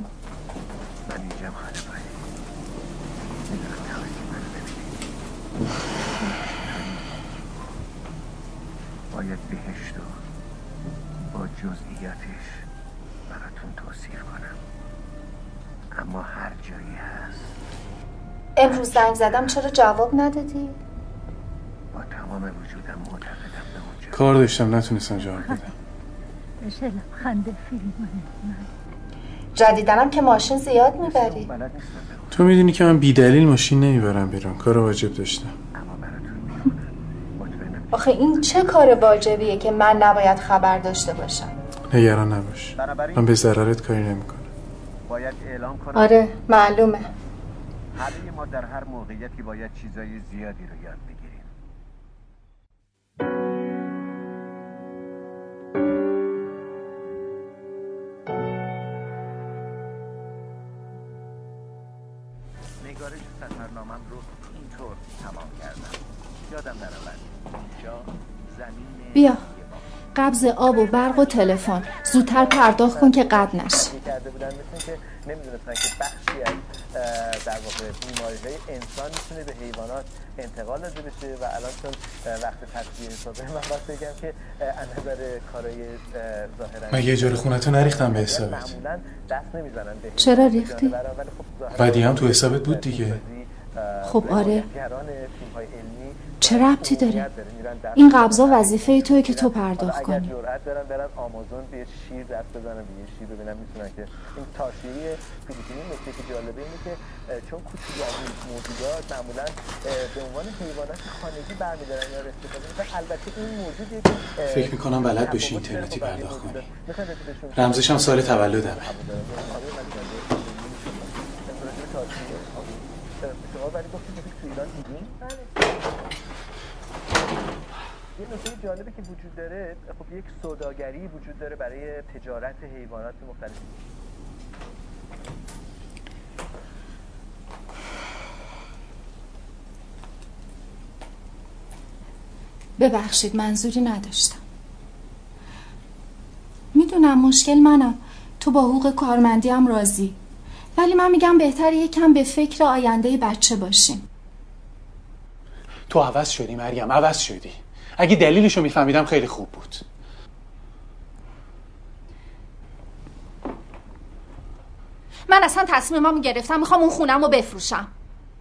باید بهشت با جزئیاتش براتون توصیف کنم، اما هر جایی هست. امروز زنگ زدم چرا جواب ندادی؟ با تمام وجودم معتقدم به اونجا کار داشتم نتونستم جواب بدم. بشه لبخنده فیلمونه. جدیدنم که ماشین زیاد میبری. تو میدونی که من بی دلیل ماشین نمیبرم بیرون، کار واجب داشتم. آخه این چه کار واجبیه که من نباید خبر داشته باشم؟ نگران نباش، من به ضررت کاری نمیکنم. باید اعلام کنم. آره معلومه. همه ما در هر موقعیتی باید چیزای زیادی رو یاد بگیریم. نگارش سفرنامه‌ام رو اینطور تمام کردم. یادم نرود اینجا زمین بیا قبض آب و برق و تلفن زودتر پرداخت کن که قد نشه. کرده بودن مثل که نمیدونستن که بخشی از در واقع بیماری‌های انسان میتونه به حیوانات انتقال داده بشه و الان چون وقت تصویر حسابه من باید بگم که از نظر کارهای ظاهرا مگه اجاره خونتو نریختم به حسابت؟ معمولا دست نمیزنن به چرا ریختی؟ ودی هم تو حسابت بود دیگه. خب آره، چه ربطی داره؟ این قبضا وظیفه توئه که تو پرداخت کنی. اگر جرأت دارن برن آمازون به شیر دست بزنن، به شیر ببینن میتونن که این تاشیری فیلیپینی نکته که جالبه اینه که چون کوچولو از این موجودات معمولا به عنوان حیوانات خانگی برمی‌دارن یا استفاده می‌کنن. البته این موجودیه که فکر می‌کنم بلد بشی اینترنتی پرداخت کنی. رمزش هم سال تولدمه. شما ولی گفتید که تو ایران دیدین؟ یه نکته جالبی که وجود داره، خب یک سوداگری وجود داره برای تجارت حیوانات مختلف. ببخشید منظوری نداشتم. میدونم مشکل منم، تو با حقوق کارمندی هم راضی، ولی من میگم بهتره یکم به فکر آینده بچه باشیم. تو عوض شدی مریم، عوض شدی. اگه دلیلشو میفهمیدم خیلی خوب بود. من اصلا تصمیممو گرفتم، میخوام اون خونم رو بفروشم.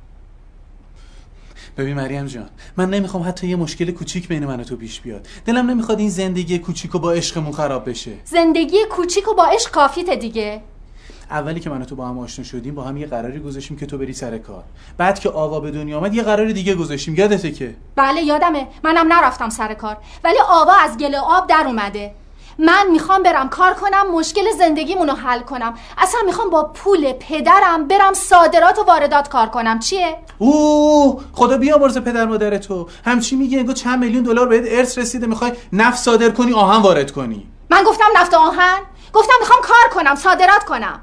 ببین مریم جان، من نمیخوام حتی یه مشکل کوچیک بین من و تو پیش بیاد. دلم نمیخواد این زندگی کوچیکو با عشقمون خراب بشه. زندگی کوچیکو با عشق کافیته دیگه. اولی که من و تو با هم آشنا شدیم با هم یه قراری گذاشتیم که تو بری سر کار. بعد که آوا به دنیا آمد یه قرار دیگه گذاشتیم، یادته که؟ بله یادمه، منم نرفتم سر کار، ولی آوا از گل آب در اومده. من میخوام برم کار کنم، مشکل زندگیمونو حل کنم. اصلا میخوام با پول پدرم برم صادرات و واردات کار کنم. چیه؟ اوه خدا بیامرزه پدر مادر تو. همچی میگی انگار چند میلیون دلار بهت ارث رسیده میخوای نفت صادر کنی آهن وارد کنی. من گفتم نفت و آهن؟ گفتم میخوام کار کنم، صادرات کنم.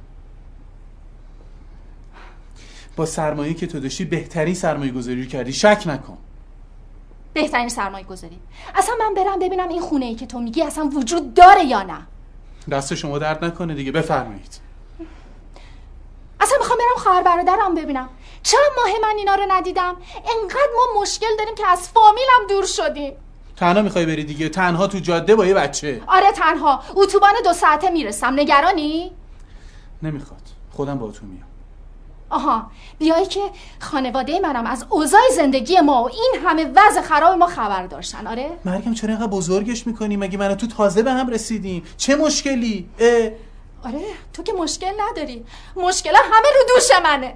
با سرمایه‌ای که تو داشتی بهترین سرمایه‌گذاری رو کردی، شک نکن. بهترین سرمایه‌گذاری. اصلا من برم ببینم این خونه‌ای که تو میگی اصلا وجود داره یا نه. دست شما درد نکنه دیگه، بفرمایید. اصلا میخوام برم خواهر برادرم ببینم. چند ماه من اینا رو ندیدم. انقدر ما مشکل داریم که از فامیلم دور شدیم. تنها میخوای بری دیگه؟ تنها تو جاده با یه بچه؟ آره تنها. اتوبان 2 ساعته میرسم. نگرانی؟ نمیخواد، خودم با تو میام. آها بیایی که خانواده منم از اوضاع زندگی ما و این همه وضع خراب ما خبر داشتن. آره مریم چرا اینقدر بزرگش میکنی؟ مگه من و تو تازه به هم رسیدیم، چه مشکلی؟ آره تو که مشکل نداری، مشکل همه رو دوش منه.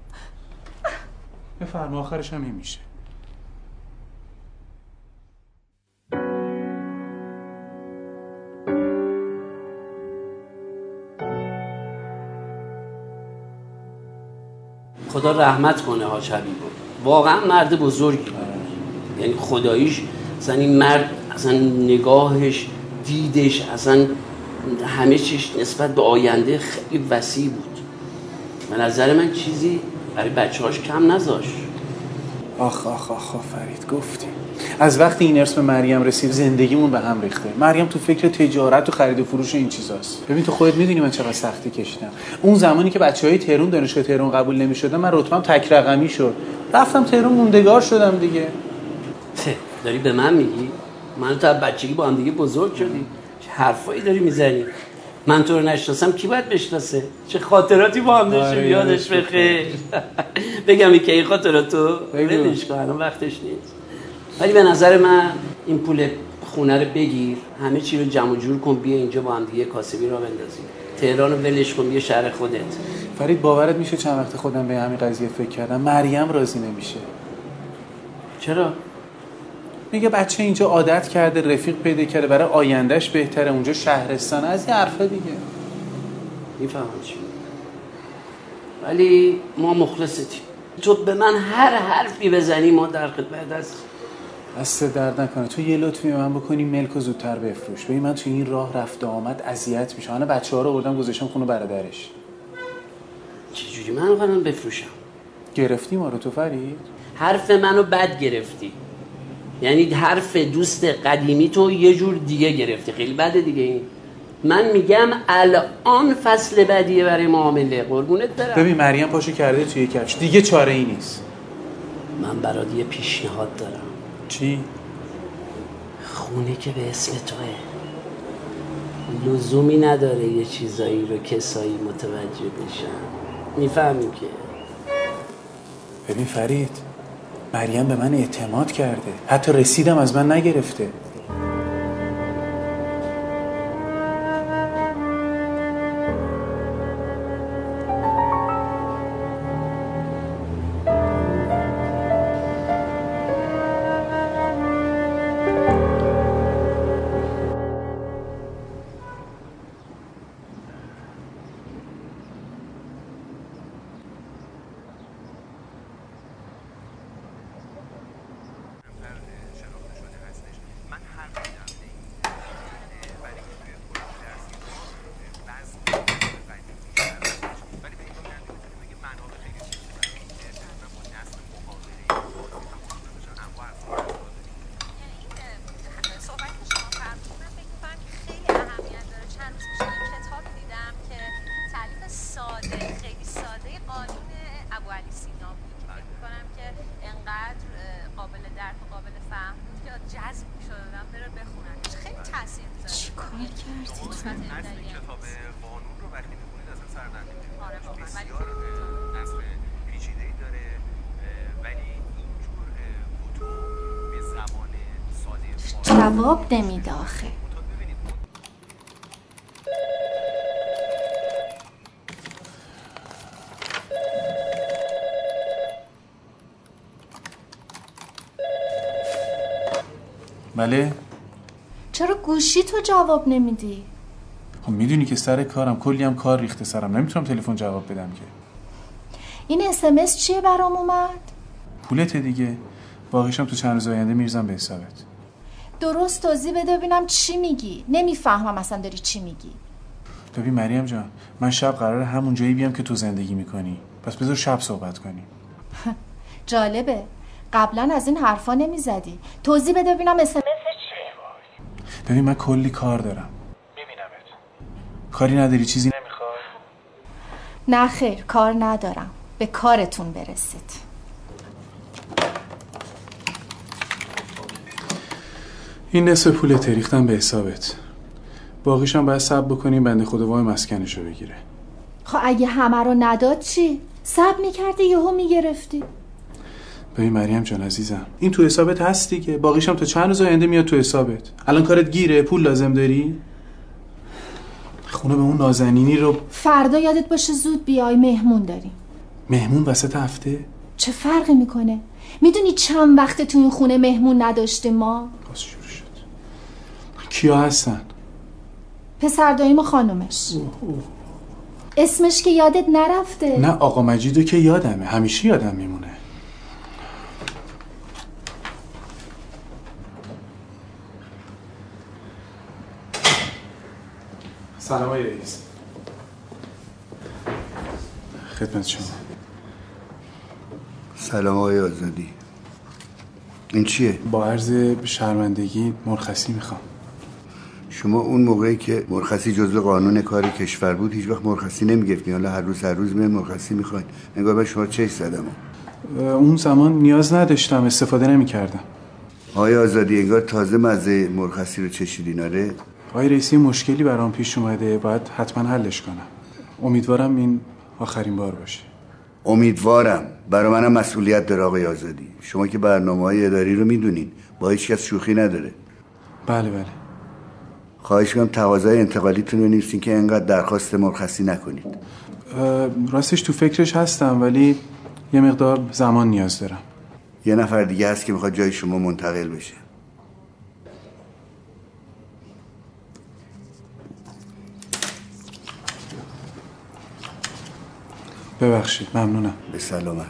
بفرما آخرش هم این میشه. خدا رحمت کنه ها شبیبو، واقعا مرد بزرگی بود. یعنی خداییش اصلا این مرد اصلا نگاهش، دیدش، اصلا همه چیش نسبت به آینده خیلی وسیع بود. به نظر من چیزی برای بچه‌هاش کم نذاشت. آخ فرید گفتی. از وقتی این ارث به مریم رسید زندگیمون به هم ریخته. مریم تو فکر تجارت و خرید و فروش این چیزاست. ببین تو خودت میدونی من چقدر سختی کشیدم. اون زمانی که بچهای تهران دانشگاه تهران قبول نمی‌شدن من رتبه‌ام تک رقمی شد. رفتم تهران موندگار شدم دیگه. داری به من میگی؟ من تا بچگی با هم دیگه بزرگ شدیم. چه حرفایی داری میزنی؟ من تو رو نشناسم کی باید بشناسه؟ چه خاطراتی با هم داشتیم یادش بخیر. بگم که این خاطراتو ولش کن الان وقتش نیست. ولی به نظر من این پول خونه رو بگیر، همه چی رو جمع و جور کن، بیا اینجا با هم دیگه کاسبی را بندازیم. تهران رو ولش کن، بیا شهر خودت. فرید باورت میشه چند وقت خودم به همین قضیه فکر کردم، مریم راضی نمیشه. چرا؟ میگه بچه اینجا عادت کرده، رفیق پیدا کرده، برای آیندهش بهتره، اونجا شهرستان، از این حرفا دیگه. میفهمم چی. ولی ما مخلصتیم. تو به من هر حرفی بزنی ما در خدمت هستیم. دست درد نکنه. تو یه لطفی به من بکنی ملکو زودتر بفروش. ببین من تو این راه رفت آمد اذیت میشم. انا بچه‌ها رو آوردم گذاشتم خونه برادرش. چجوری من قرارم بفروشم؟ گرفتی ما رو تو فرید؟ حرف منو بد گرفتی. یعنی حرف دوست قدیمی تو یه جور دیگه گرفتی. خیلی بده دیگه این. من میگم الان فصل بدیه برای معامله. قربونت برم. ببین مریم پاشو کرده توی کفش. دیگه چاره ای نیست. من برات یه پیشنهاد دارم. چی؟ خونه که به اسم توه. لزومی نداره یه چیزایی رو کسایی متوجه بشن. میفهمی که؟ ببین فرید، مریم به من اعتماد کرده. حتی رسیدم از من نگرفته. جواب نمیده آخه. بله؟ چرا گوشی تو جواب نمیدی؟ خب میدونی که سر کارم، کلی هم کار ریخته سرم، نمیتونم تلفن جواب بدم که. این SMS چیه برام اومد؟ پولته دیگه. باقیشم تو چند روز آینده میرزم به حسابت. درست توضیح بده ببینم چی میگی. نمیفهمم اصلا داری چی میگی. ببین مریم جان، من شب قراره همون جایی بیام که تو زندگی میکنی. پس بذار شب صحبت کنیم. جالبه. قبلا از این حرفا نمیزدی. توضیح بده ببینم SMS چیه. ببین من کلی کار دارم. میبینمت. کاری نداری؟ چیزی نمیخوای؟ نه خیر، کار ندارم. به کارتون برسید. این نصف پول تریختم به حسابت. باقیشم باید صبر بکنیم بنده خدا وای مسکنشو بگیره. خب اگه همه رو نداد چی؟ صبر میکردی یهو میگرفتی. ببین مریم جان عزیزم، این تو حسابت هست دیگه. باقیشم تا چند روز آینده میاد تو حسابت. الان کارت گیره؟ پول لازم داری؟ خونه به اون نازنینی رو فردا یادت باشه زود بیای، مهمون داریم. مهمون وسط هفته؟ چه فرقی میکنه؟ میدونی چند وقت تو این خونه مهمون نداشته ما؟ باز شروع شد. کیا هستن؟ پسر داییم و خانومش. اسمش که یادت نرفته؟ نه آقا مجیدو که یادمه، همیشه یادم میمونه. سلام آقای رئیس. خدمت شما. سلام آقای آزادی. این چیه؟ با عرض شرمندگی مرخصی میخوام. شما اون موقعی که مرخصی جزو قانون کار کشور بود هیچ وقت مرخصی نمیگرفتین، حالا هر روز می مرخصی میخواید. انگار به شما چش زدم. اون زمان نیاز نداشتم، استفاده نمیکردم. آقای آزادی انگار تازه مزه مرخصی رو چشیدین. آره آقای رئیسی مشکلی برام پیش اومده، باید حتما حلش کنم. امیدوارم این آخرین بار باشه. امیدوارم. برای منم مسئولیت داره آقای آزادی. شما که برنامه‌های اداری رو میدونین، با هیچ کس شوخی نداره. بله بله. خواهش می‌کنم تقاضای انتقالیتون رو بنویسین که اینقدر درخواست مرخصی نکنید. راستش تو فکرش هستم، ولی یه مقدار زمان نیاز دارم. یه نفر دیگه هست که میخواد جای شما منتقل بشه. ببخشید، ممنونم. به سلامت.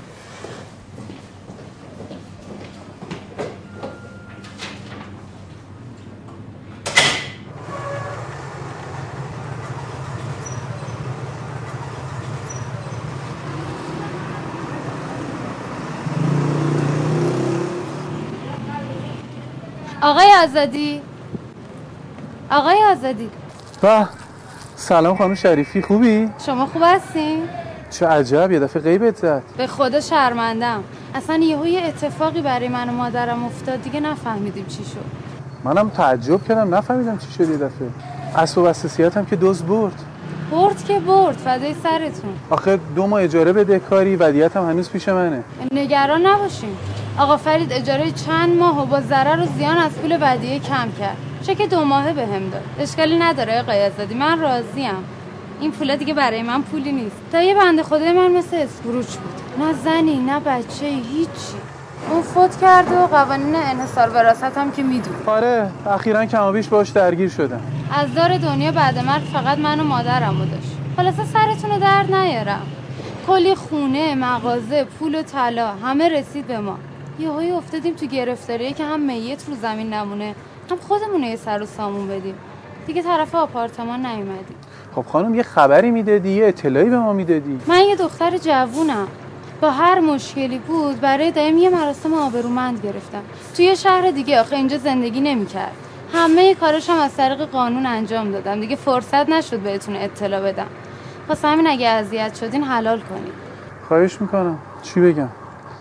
آقای آزادی، آقای آزادی. سلام خانم شریفی، خوبی؟ شما خوب هستین؟ چه عجب، یه دفعه غیبت زد. به خدا شرمندم. اصلا یه اتفاقی برای من و مادرم افتاد، دیگه نفهمیدیم چی شد. منم تعجب کردم، نفهمیدم چی شد. یه دفعه اسباب اساسیاتم که دزد برد که برد، فدای سرتون. آخه 2 ماه اجاره بده کاری، ودیعتم هنوز پیش منه. نگران نباشین. آقا فرید اجاره چند ماه و با ضرر و زیان از پول ودیعه کم کرد. چک 2 ماهه بهم داد. اشکالی نداره آقای آزادی، من راضیم. این پولا دیگه برای من پولی نیست. تا یه بنده خدای من مثل اسفروش بود، نه زنی نه بچه، هیچی. اون فوت کرد و قوانین انحصار وراثت هم که میدونی. آره، اخیراً کمابیش باش درگیر شدم. از دار دنیا بعد مرگ فقط من و مادرمو داشت. خلاصه سرتون رو درد نیارم. کلی خونه، مغازه، پول و طلا همه رسید به ما. یهویی افتادیم تو گرفتاریه که هم میت رو زمین نمونه، هم خودمون یه سر و سامون بدیم. دیگه طرف آپارتمان نیومدیم. خب خانم یه خبری میدادی، یه اطلاعی به ما میدادی. من یه دختر جوونم، با هر مشکلی بود برای دایم یه مراسم آبرومند گرفتم توی یه شهر دیگه. آخه اینجا زندگی نمی‌کرد. همه کاراشم از طریق قانون انجام دادم. دیگه فرصت نشد بهتون اطلاع بدم. واسه همین اگه اذیت شدین حلال کنین. خواهش میکنم. چی بگم؟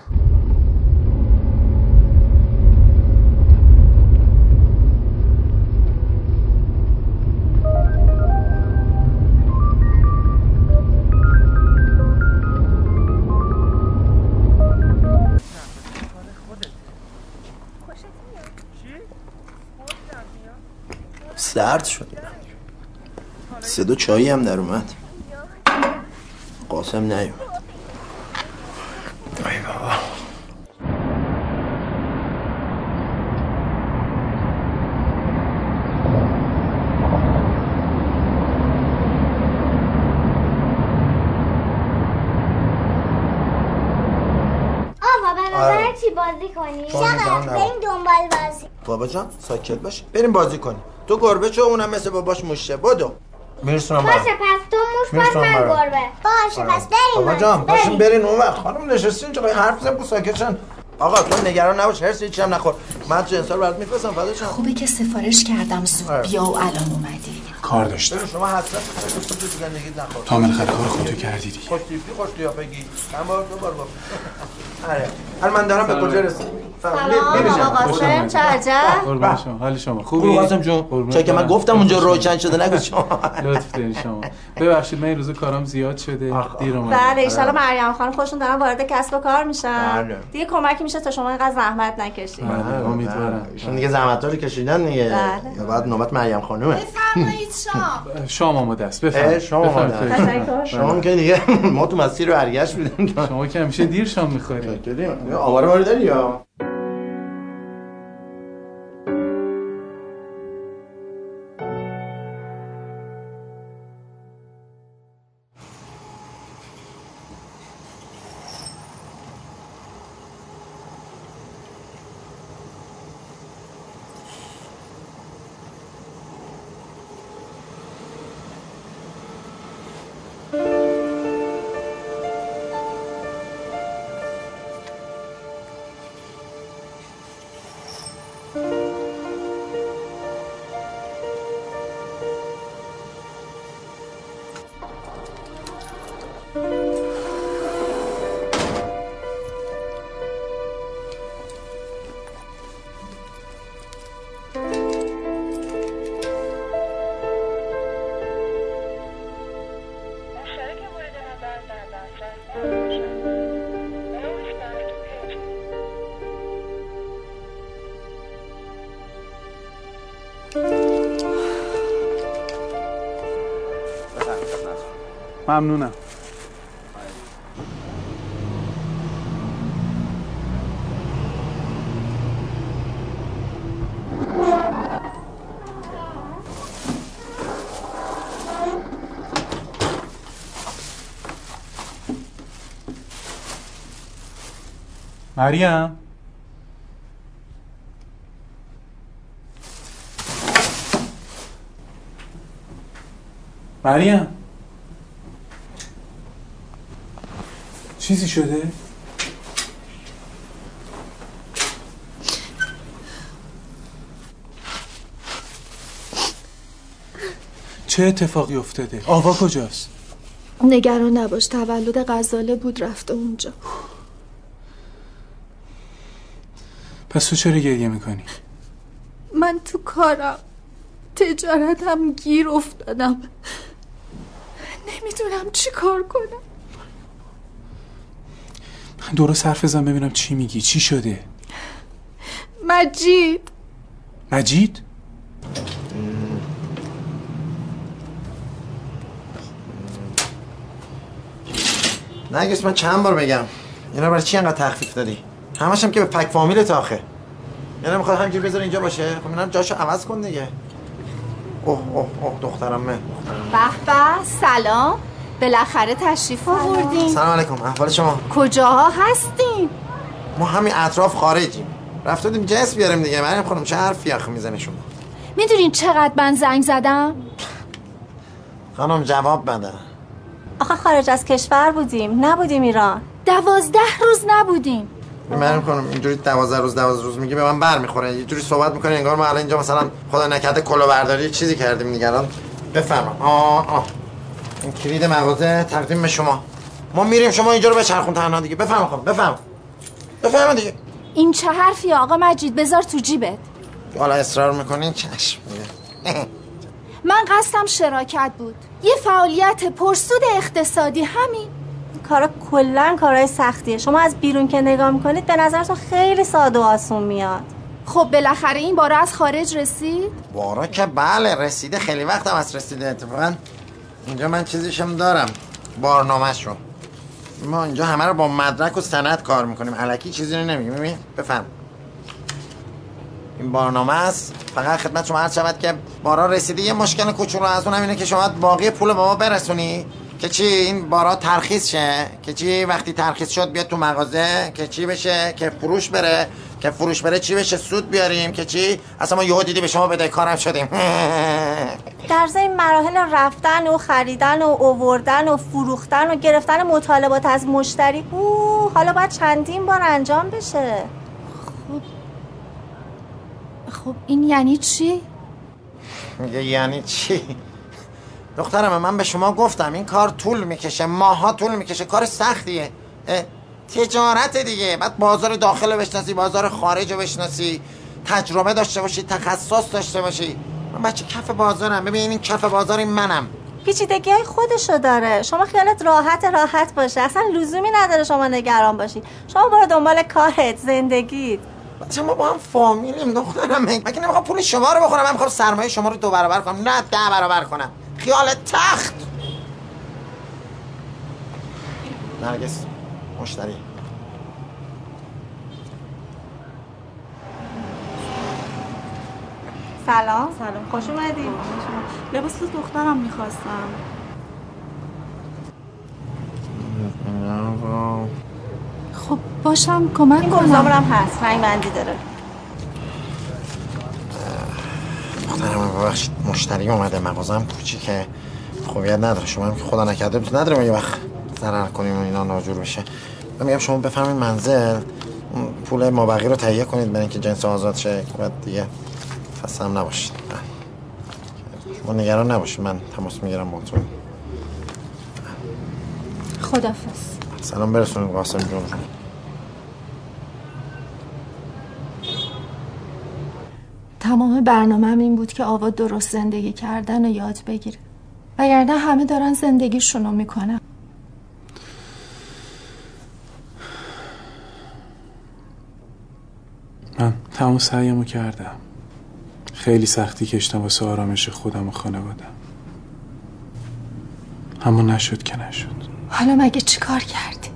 سرد شد. 3 چایی هم در اومد. قاسم نیومد. ای بابا. چی بازی کنی؟ شغل بریم دنبال بازی. بابا جان ساکت باش، بریم بازی کنیم. تو گربه چه، اونم مثل باباش موشه. بدو میرسونم باشه. پس تو موش، پس من گربه. باشه پس بریم. بابا جان پاشین برین اون وقت. خانم نشستین اینجا حرف بزن، ساکت شن. آقا تو نگران نباش، هرس هیچی هم نخور. من جنسا رو برات میفرستم فدا جان. خوبه که سفارش کردم زود بیا و الان اومدی. کار داشتم. شما حسرت تو زندگیت نخور. تا بالاخره کار خودتو کردی دیگه. خوش قیافگی. من با تو بار گفت. آره. الان من دارم به کجا رسیدم. سلام آقا قاسم، چه عجب. قربان شما. حال شما خوبی؟ قاسم جون. چه که من گفتم اونجا روشن شده نگو شما. لطف دارین شما. ببخشید من این روزا کارام زیاد شده. دیر اومدم. بله ان شاءالله مریم خانم خوشون دارن وارد کسب و کار میشن. دیگه کمکی میشه تا شما اینقدر زحمت نکشید. بله امیدوارم. ایشون دیگه زحمت‌ها رو کشیدن دیگه. یا بعد نوبت مریم خانومه. بفرمایید شام. شام آماده است. بفرمایید. شام آماده است. شما که دیگه ما تو مسیر رو ارگش میدیم. شما که همیشه دیر شام می‌خورید. آواره واری داری یا؟ ممنونم. مریم مریم چیزی شده؟ چه اتفاقی افتاده؟ آوا کجاست؟ نگران نباش، تولد غزاله بود رفته اونجا. پس تو چرا گریه میکنی؟ من تو کارم تجارتم گیر افتادم، نمیدونم چی کار کنم. درست حرف بزن ببینم چی میگی. چی شده؟ مجید نرگس من چند بار بگم اینا برای چی انقدر تخفیف دادی؟ همش هم که به پک فامیلت آخه. یعنی میخواد همینجوری بذار اینجا باشه؟ خب اینم جاشو عوض کن دیگه. اوه اوه اوه دخترمه. به به سلام، بالاخره تشریف آوردین. سلام علیکم، احوال شما؟ کجاها هستین؟ ما همین اطراف خارجیم. رفته بودیم جنس بیاریم دیگه. مریم خانم چه حرفی آخه میزنه شما؟ میدونین چقدر من زنگ زدم؟ خانم جواب بده. آخه خارج از کشور بودیم، نبودیم ایران. 12 روز نبودیم. مریم خانم اینجوری 12 روز میگه به من برمیخوره. یه جوری صحبت میکنه انگار ما الان اینجا مثلا خدا نکرده کلاهبرداری چیزی کردیم نگران. بفرما. این کلید مغازه تقدیم به شما. ما میریم شما اینجا رو بچرخون تنها دیگه. بفرما خانم بفرما دیگه. این چه حرفی آقا مجید؟ بذار تو جیبت. حالا اصرار میکنین چشم. من قصدم شراکت بود، یه فعالیت پرسود اقتصادی، همین. کارا کلا کارهای سختیه. شما از بیرون که نگاه میکنید به نظرتون خیلی ساده و آسون میاد. خب بالاخره این بارا از خارج رسید؟ بارا که بله رسیده، خیلی وقتم از رسیده. اتفاقا اینجا من چیزیشم دارم، بارنامه‌شو. ما اینجا همه رو با مدرک و سند کار میکنیم، الکی چیزی رو نمیگیم. ببین بفهم این بارنامه است. فقط خدمت شما عرض شود که بارا رسیده. یه مشکل کوچولو از اون همینه که شما باقی پول به ما برسونی که چی این بارا ترخیص شه، که چی وقتی ترخیص شد بیاد تو مغازه، که چی بشه که فروش بره، که فروش بره چی بشه سود بیاریم، که چی اصلا ما یهو دیدی به شما بدهکارم شدیم. در ضمن مراحل رفتن و خریدن و آوردن و فروختن و گرفتن مطالبات از مشتری حالا باید چندین بار انجام بشه. خب این یعنی چی؟ میگه یعنی چی؟ دخترم من به شما گفتم این کار طول میکشه، ماها طول میکشه، کار سختیه. تجارت دیگه، بعد بازار داخل رو بشناسی، بازار خارج رو بشناسی، تجربه داشته باشی، تخصص داشته باشی. من بچه کف بازارم. ببین این کف بازار این منم. پیچیدگی های خودشو داره. شما خیالت راحت باشه، اصلا لزومی نداره شما نگران باشی. شما برو دنبال کارت، زندگیت. بچه ما با هم فامیلیم دخترم. مگه نمیخوام پول شما رو بخورم؟ من میخوام سرمایه شما رو 2 برابر کنم، نه 10 برابر کنم. خیال تخت. نرگس مشتری. سلام خوش اومدی. لباس دخترم میخواستم. خب باشم کمک این کنم. بلوزامونم هست، رنگ بندی داره. دخترم ببخشید مشتری اومده، مغازم کوچیکه، خوبیت نداره. شما هم که خدا نکرده دوست نداریم یه وقت ضرر کنیم و اینا ناجور بشه. من میگم شما بفرمایید منزل، پول مابقی رو تهیه کنید برای اینکه جنس آزاد شه، بعد دیگه خسته هم نباشید. شما نگران نباشید، من تماس میگیرم باهاتون. خدافظ. سلام برسونید قاسم جون. تمام برنامه‌م این بود که آوا درست زندگی کردن و یاد بگیره، وگرنه همه دارن زندگیشونو میکنن. من تمام سعیمو کردم، خیلی سختی کشیدم واسه آرامش خودم و خانوادم. اما نشد که نشد. حالا مگه چی کار کردی؟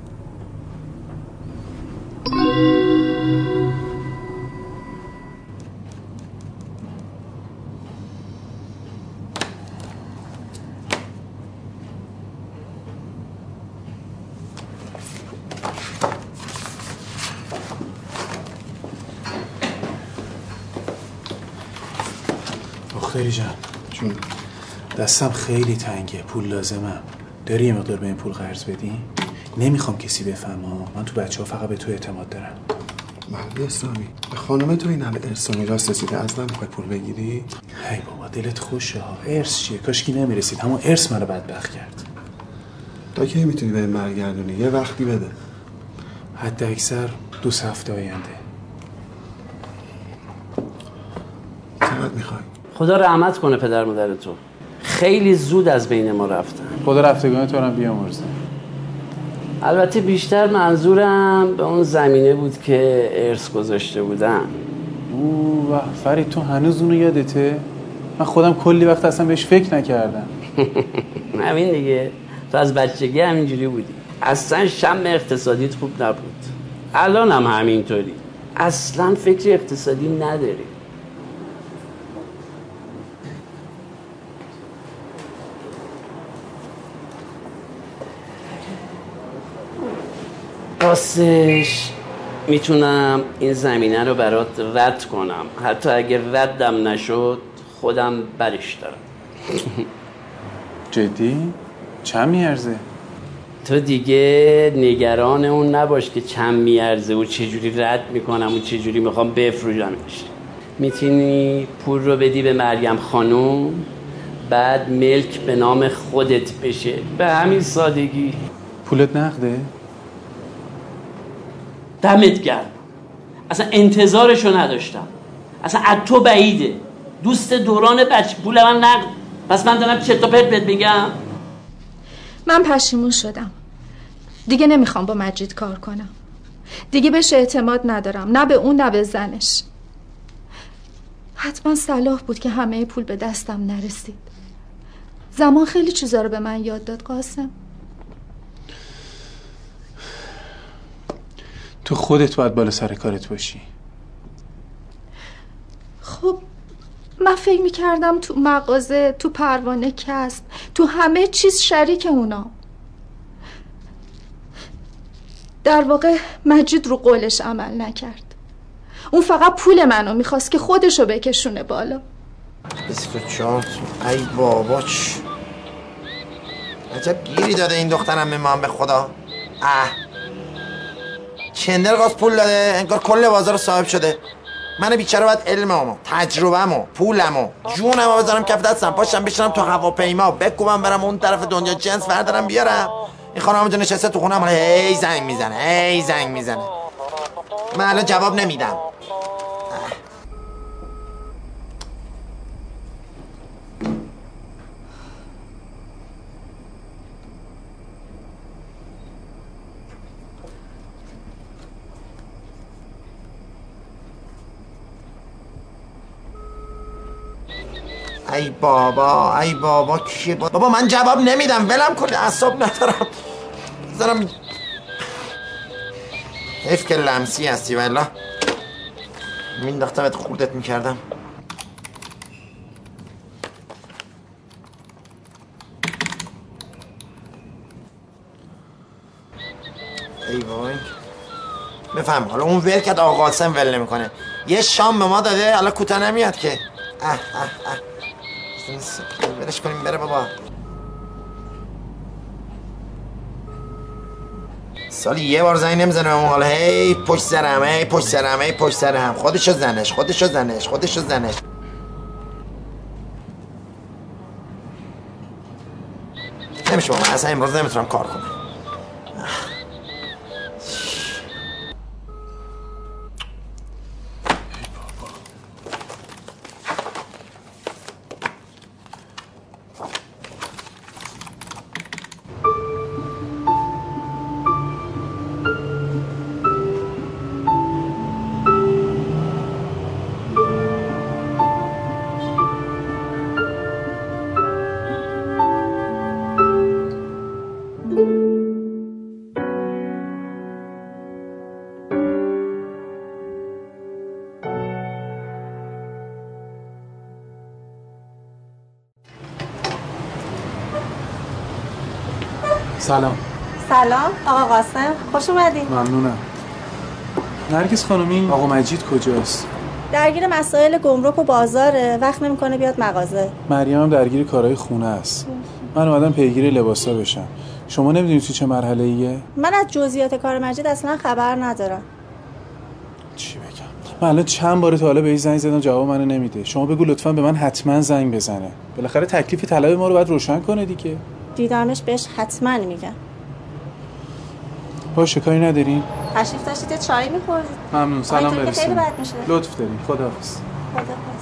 دختری جان چون دستم خیلی تنگه، پول لازمم. داری یه مقدار به این پول قرض بدی؟ نمیخوام کسی بفهمه. من تو بچه ها فقط به تو اعتماد دارم. مرد اسلامی به خانم تو این همه ارث و میراث رسیده، از من میخوای پول بگیری؟ هی بابا دلت خوشه ها. ارث چیه؟ کاشکی نمیرسید. همون ارث منو بدبخت کرد. تا کی میتونی به برگردونی؟ یه وقتی بده. حد اکثر 2 هفته آینده. چقدر میخوای؟ خدا رحمت کنه پدر مادر تو، خیلی زود از بین ما رفتن. خدا رفتگان تو هم بیامرزه. البته بیشتر منظورم به اون زمینه بود که ارث گذاشته بودن. اوه فرید تو هنوز اونو یادته؟ من خودم کلی وقت اصلا بهش فکر نکردم. همین دیگه، تو از بچگی همینجوری بودی. اصلا شم اقتصادیت خوب نبود. الان هم همینطوری، اصلا فکر اقتصادی نداری. راستش میتونم این زمینه رو برات رد کنم، حتی اگر ردم نشد خودم برش دارم. جدی؟ چند میارزه؟ تو دیگه نگران اون نباش که چند میارزه و چجوری رد میکنم و چجوری میخوام بفروشمش. میتونی پول رو بدی به مریم خانوم، بعد ملک به نام خودت بشه، به همین سادگی. پولت نقده؟ دمت گرم، اصلا انتظارشو نداشتم. اصلا از تو بعیده، دوست دوران بچه. پول من نقد، پس من دارم چرت و پرت بهت بگم. من پشیمون شدم، دیگه نمیخوام با مجید کار کنم. دیگه بهش اعتماد ندارم، نه به اون نه به زنش. حتما صلاح بود که همه پول به دستم نرسید. زمان خیلی چیزا رو به من یاد داد قاسم. تو خودت باید بالا سر کارت باشی. خب من فکر میکردم تو مغازه، تو پروانه کسب، تو همه چیز شریک اونا. در واقع مجید رو قولش عمل نکرد. اون فقط پول منو میخواست که خودشو بکشونه بالا. 24 ای بابا عجب گیری داده این دخترم به من، به خدا. چندر قاس پول داده، انگار کل بازار صاحب شده. من بیچاره باید علممو، تجربه‌مو، پولمو، جونمو بذارم کف دستم، پاشم بشینم تو هواپیما بکوبم برم اون طرف دنیا جنس بردارم بیارم. این خانم اونجا نشسته تو خونم هی زنگ میزنه. من الان جواب نمیدم. ای بابا کیه بابا؟ من جواب نمیدم، ولم کن، اعصاب ندارم. بذارم حیف که لمسی هستی والله مینداختمت خوردت میکردم. ای وای بفهم. حالا اون ول کرد، آقا قاسم ول نمیکنه. یه شام به ما داده، حالا کوتاه نمیاد که. ولش کنیم بره بابا. سالی یه بار زنگ نمیزنه به اون، حالا هی پشت سرم. خودشو زنش. نمیشه بابا، اصلا امروز نمیتونم کار کنم. سلام. سلام آقا قاسم، خوش اومدین. ممنونم. نرگس خانم این آقا مجید کجاست؟ درگیر مسائل گمرک و بازاره، وقت نمیکنه بیاد مغازه. مریم هم درگیر کارهای خونه است. من اومدم پیگیر لباسا بشم. شما نمیدونید تو چه مرحله ایه؟ من از جزئیات کار مجید اصلا خبر ندارم. چی بگم؟ من الان چند بار تا حالا بهش زنگ زدم جواب منو نمیده. شما بگو لطفاً به من حتما زنگ بزنه. بالاخره تکلیف طلب ما رو باید روشن کنه دیگه. دیدمش بهش حتما میگم. باشه کاری ندارین؟ تشریف داشتید یه چای می‌خوردید؟ ممنون. سلام برسون. خیلی بد میشه. لطف دارین. خداحافظ. خداحافظ.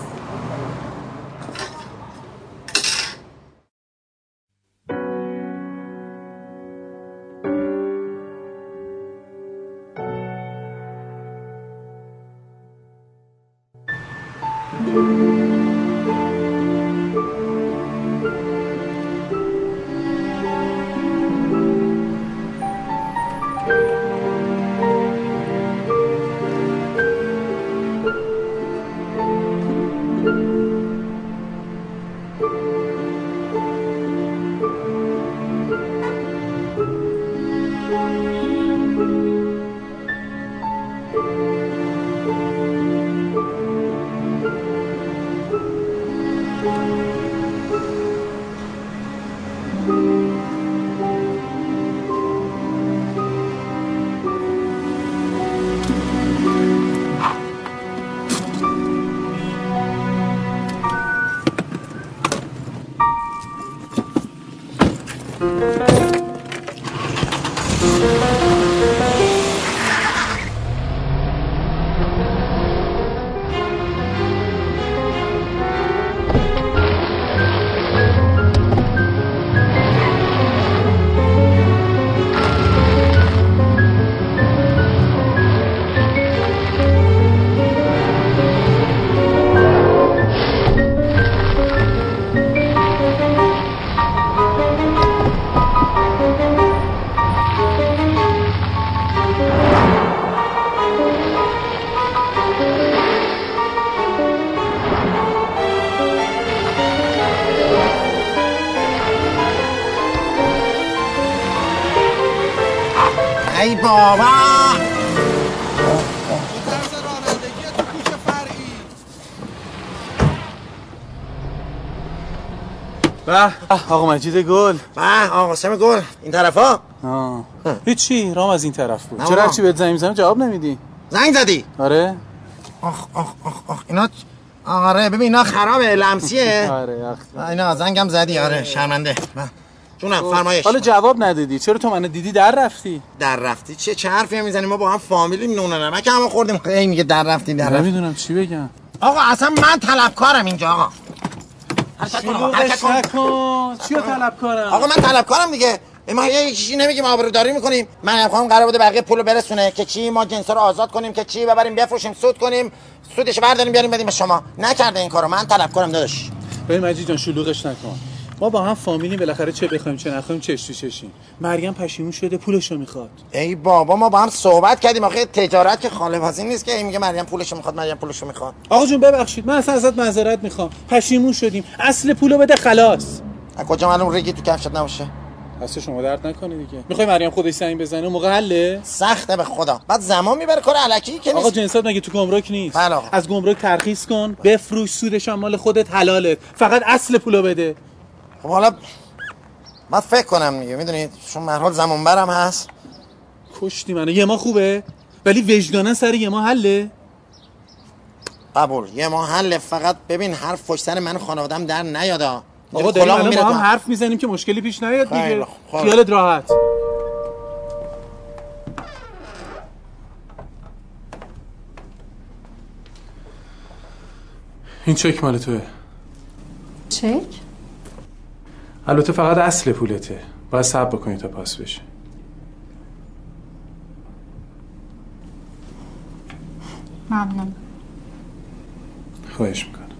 ای بابا به آقا مجید گل. به آقا قاسم گل. این طرفا؟ هیچی رام از این طرف بود. چرا هرچی بهت زنگ میزنم جواب نمیدی؟ زنگ زدی؟ آره. آخ اینا آره ببین اینا خرابه لمسیه. آره اینا زنگم زدی. آره شرمنده. جونم فرمایش. حالا جواب ندادی. چرا تو منو دیدی در رفتی؟ در رفتی چه حرفی میزنی؟ ما با هم فامیلیم، نون و نمک هم خوردیم. خیلی میگه در رفتی در رفتی. نمیدونم چی بگم. آقا اصلا من طلبکارم اینجا آقا. حرکت نکن. چیو طلبکارم؟ آقا من طلبکارم دیگه. ما یه چیزی نمیگیم آبروداری میکنیم. من خانم قرار بوده بقیه پولو برسونه که چی ما جنسا رو آزاد کنیم، که چی ببریم بفروشیم، سود کنیم، سودش برداریم بیاریم بدیم به شما. نکرده این کارو. من طلبکارم داداش. ببین مجید جان شلوغش نکن. ما با هم فامیلیم، بالاخره چه بخوایم چه نخوایم چش تو چشیم. مریم پشیمون شده پولشو میخواد. ای بابا ما با هم صحبت کردیم. آخه تجارت که خاله بازی نیست که میگه مریم پولشو میخواد، مریم پولشو میخواد. آقا جون ببخشید من اصلا ازت معذرت میخوام. پشیمون شدیم. اصل پولو بده خلاص. از کجا معلوم ریگی تو کفشت نباشه؟ دست شما درد نکنه دیگه. میخوای مریم خودش زنگ بزنه موقع حله؟ سخته به خدا. بعد زمان میبره کار الکی که نیست. آقا جنسات مگه تو گمرک نیست؟ بله. از گمرک ترخیص کن، بفروش، سودش هم مال خودت حلالت. فقط اصل پولو بده. خب حالا من فکر کنم دیگه، میدونید چون مرحال زمان برم هست. کشتی منو. یه ما خوبه ولی وجدانن سر یه ما حله. قبول. یه ما حله. فقط ببین حرف پشت سر من و خانواده‌ام در نیادا. آقا داریم الان با هم حرف میزنیم که مشکلی پیش نیاد دیگه. خیالت راحت. این چک مال توه. چک؟ البته فقط اصل پولته. باید صبر بکنی تا پاس بشه. ممنون. خواهش میکنم.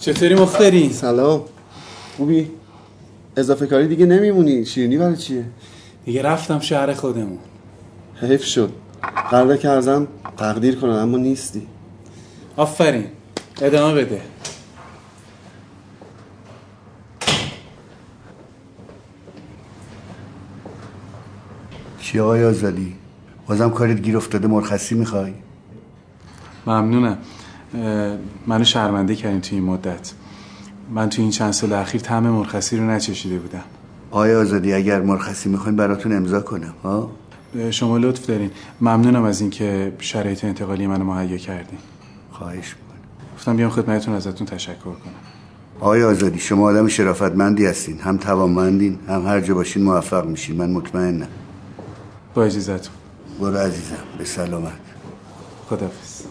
چطوری مختاری؟ سلام. خوبی؟ اضافه کاری دیگه نمیمونی. شیرینی برای چیه؟ دیگه رفتم شهر خودمون. حیف شد. قراره که ارزم تقدیر کنن اما نیستی. آفرین. ادامه بده. چی آقای آزادی؟ بازم کارت گیر افتاده مرخصی میخوای؟ ممنونم. منو شرمنده کردین توی این مدت. من توی این چند سال اخیر طعم مرخصی رو نچشیده بودم. آقای آزادی اگر مرخصی میخواین براتون امضا کنم ها؟ شما لطف دارین. ممنونم از اینکه شرایط انتقالی منو مهیا کردین. خواهش میکنم. گفتم بیام خدمتتون ازتون تشکر کنم. آقای آزادی شما آدم شرافتمندی هستین، هم توانمندین، هم هر جا باشین موفق میشین. من مطمئنم. با اجازهتون. برو عزیزم، به سلامت. خداحافظ.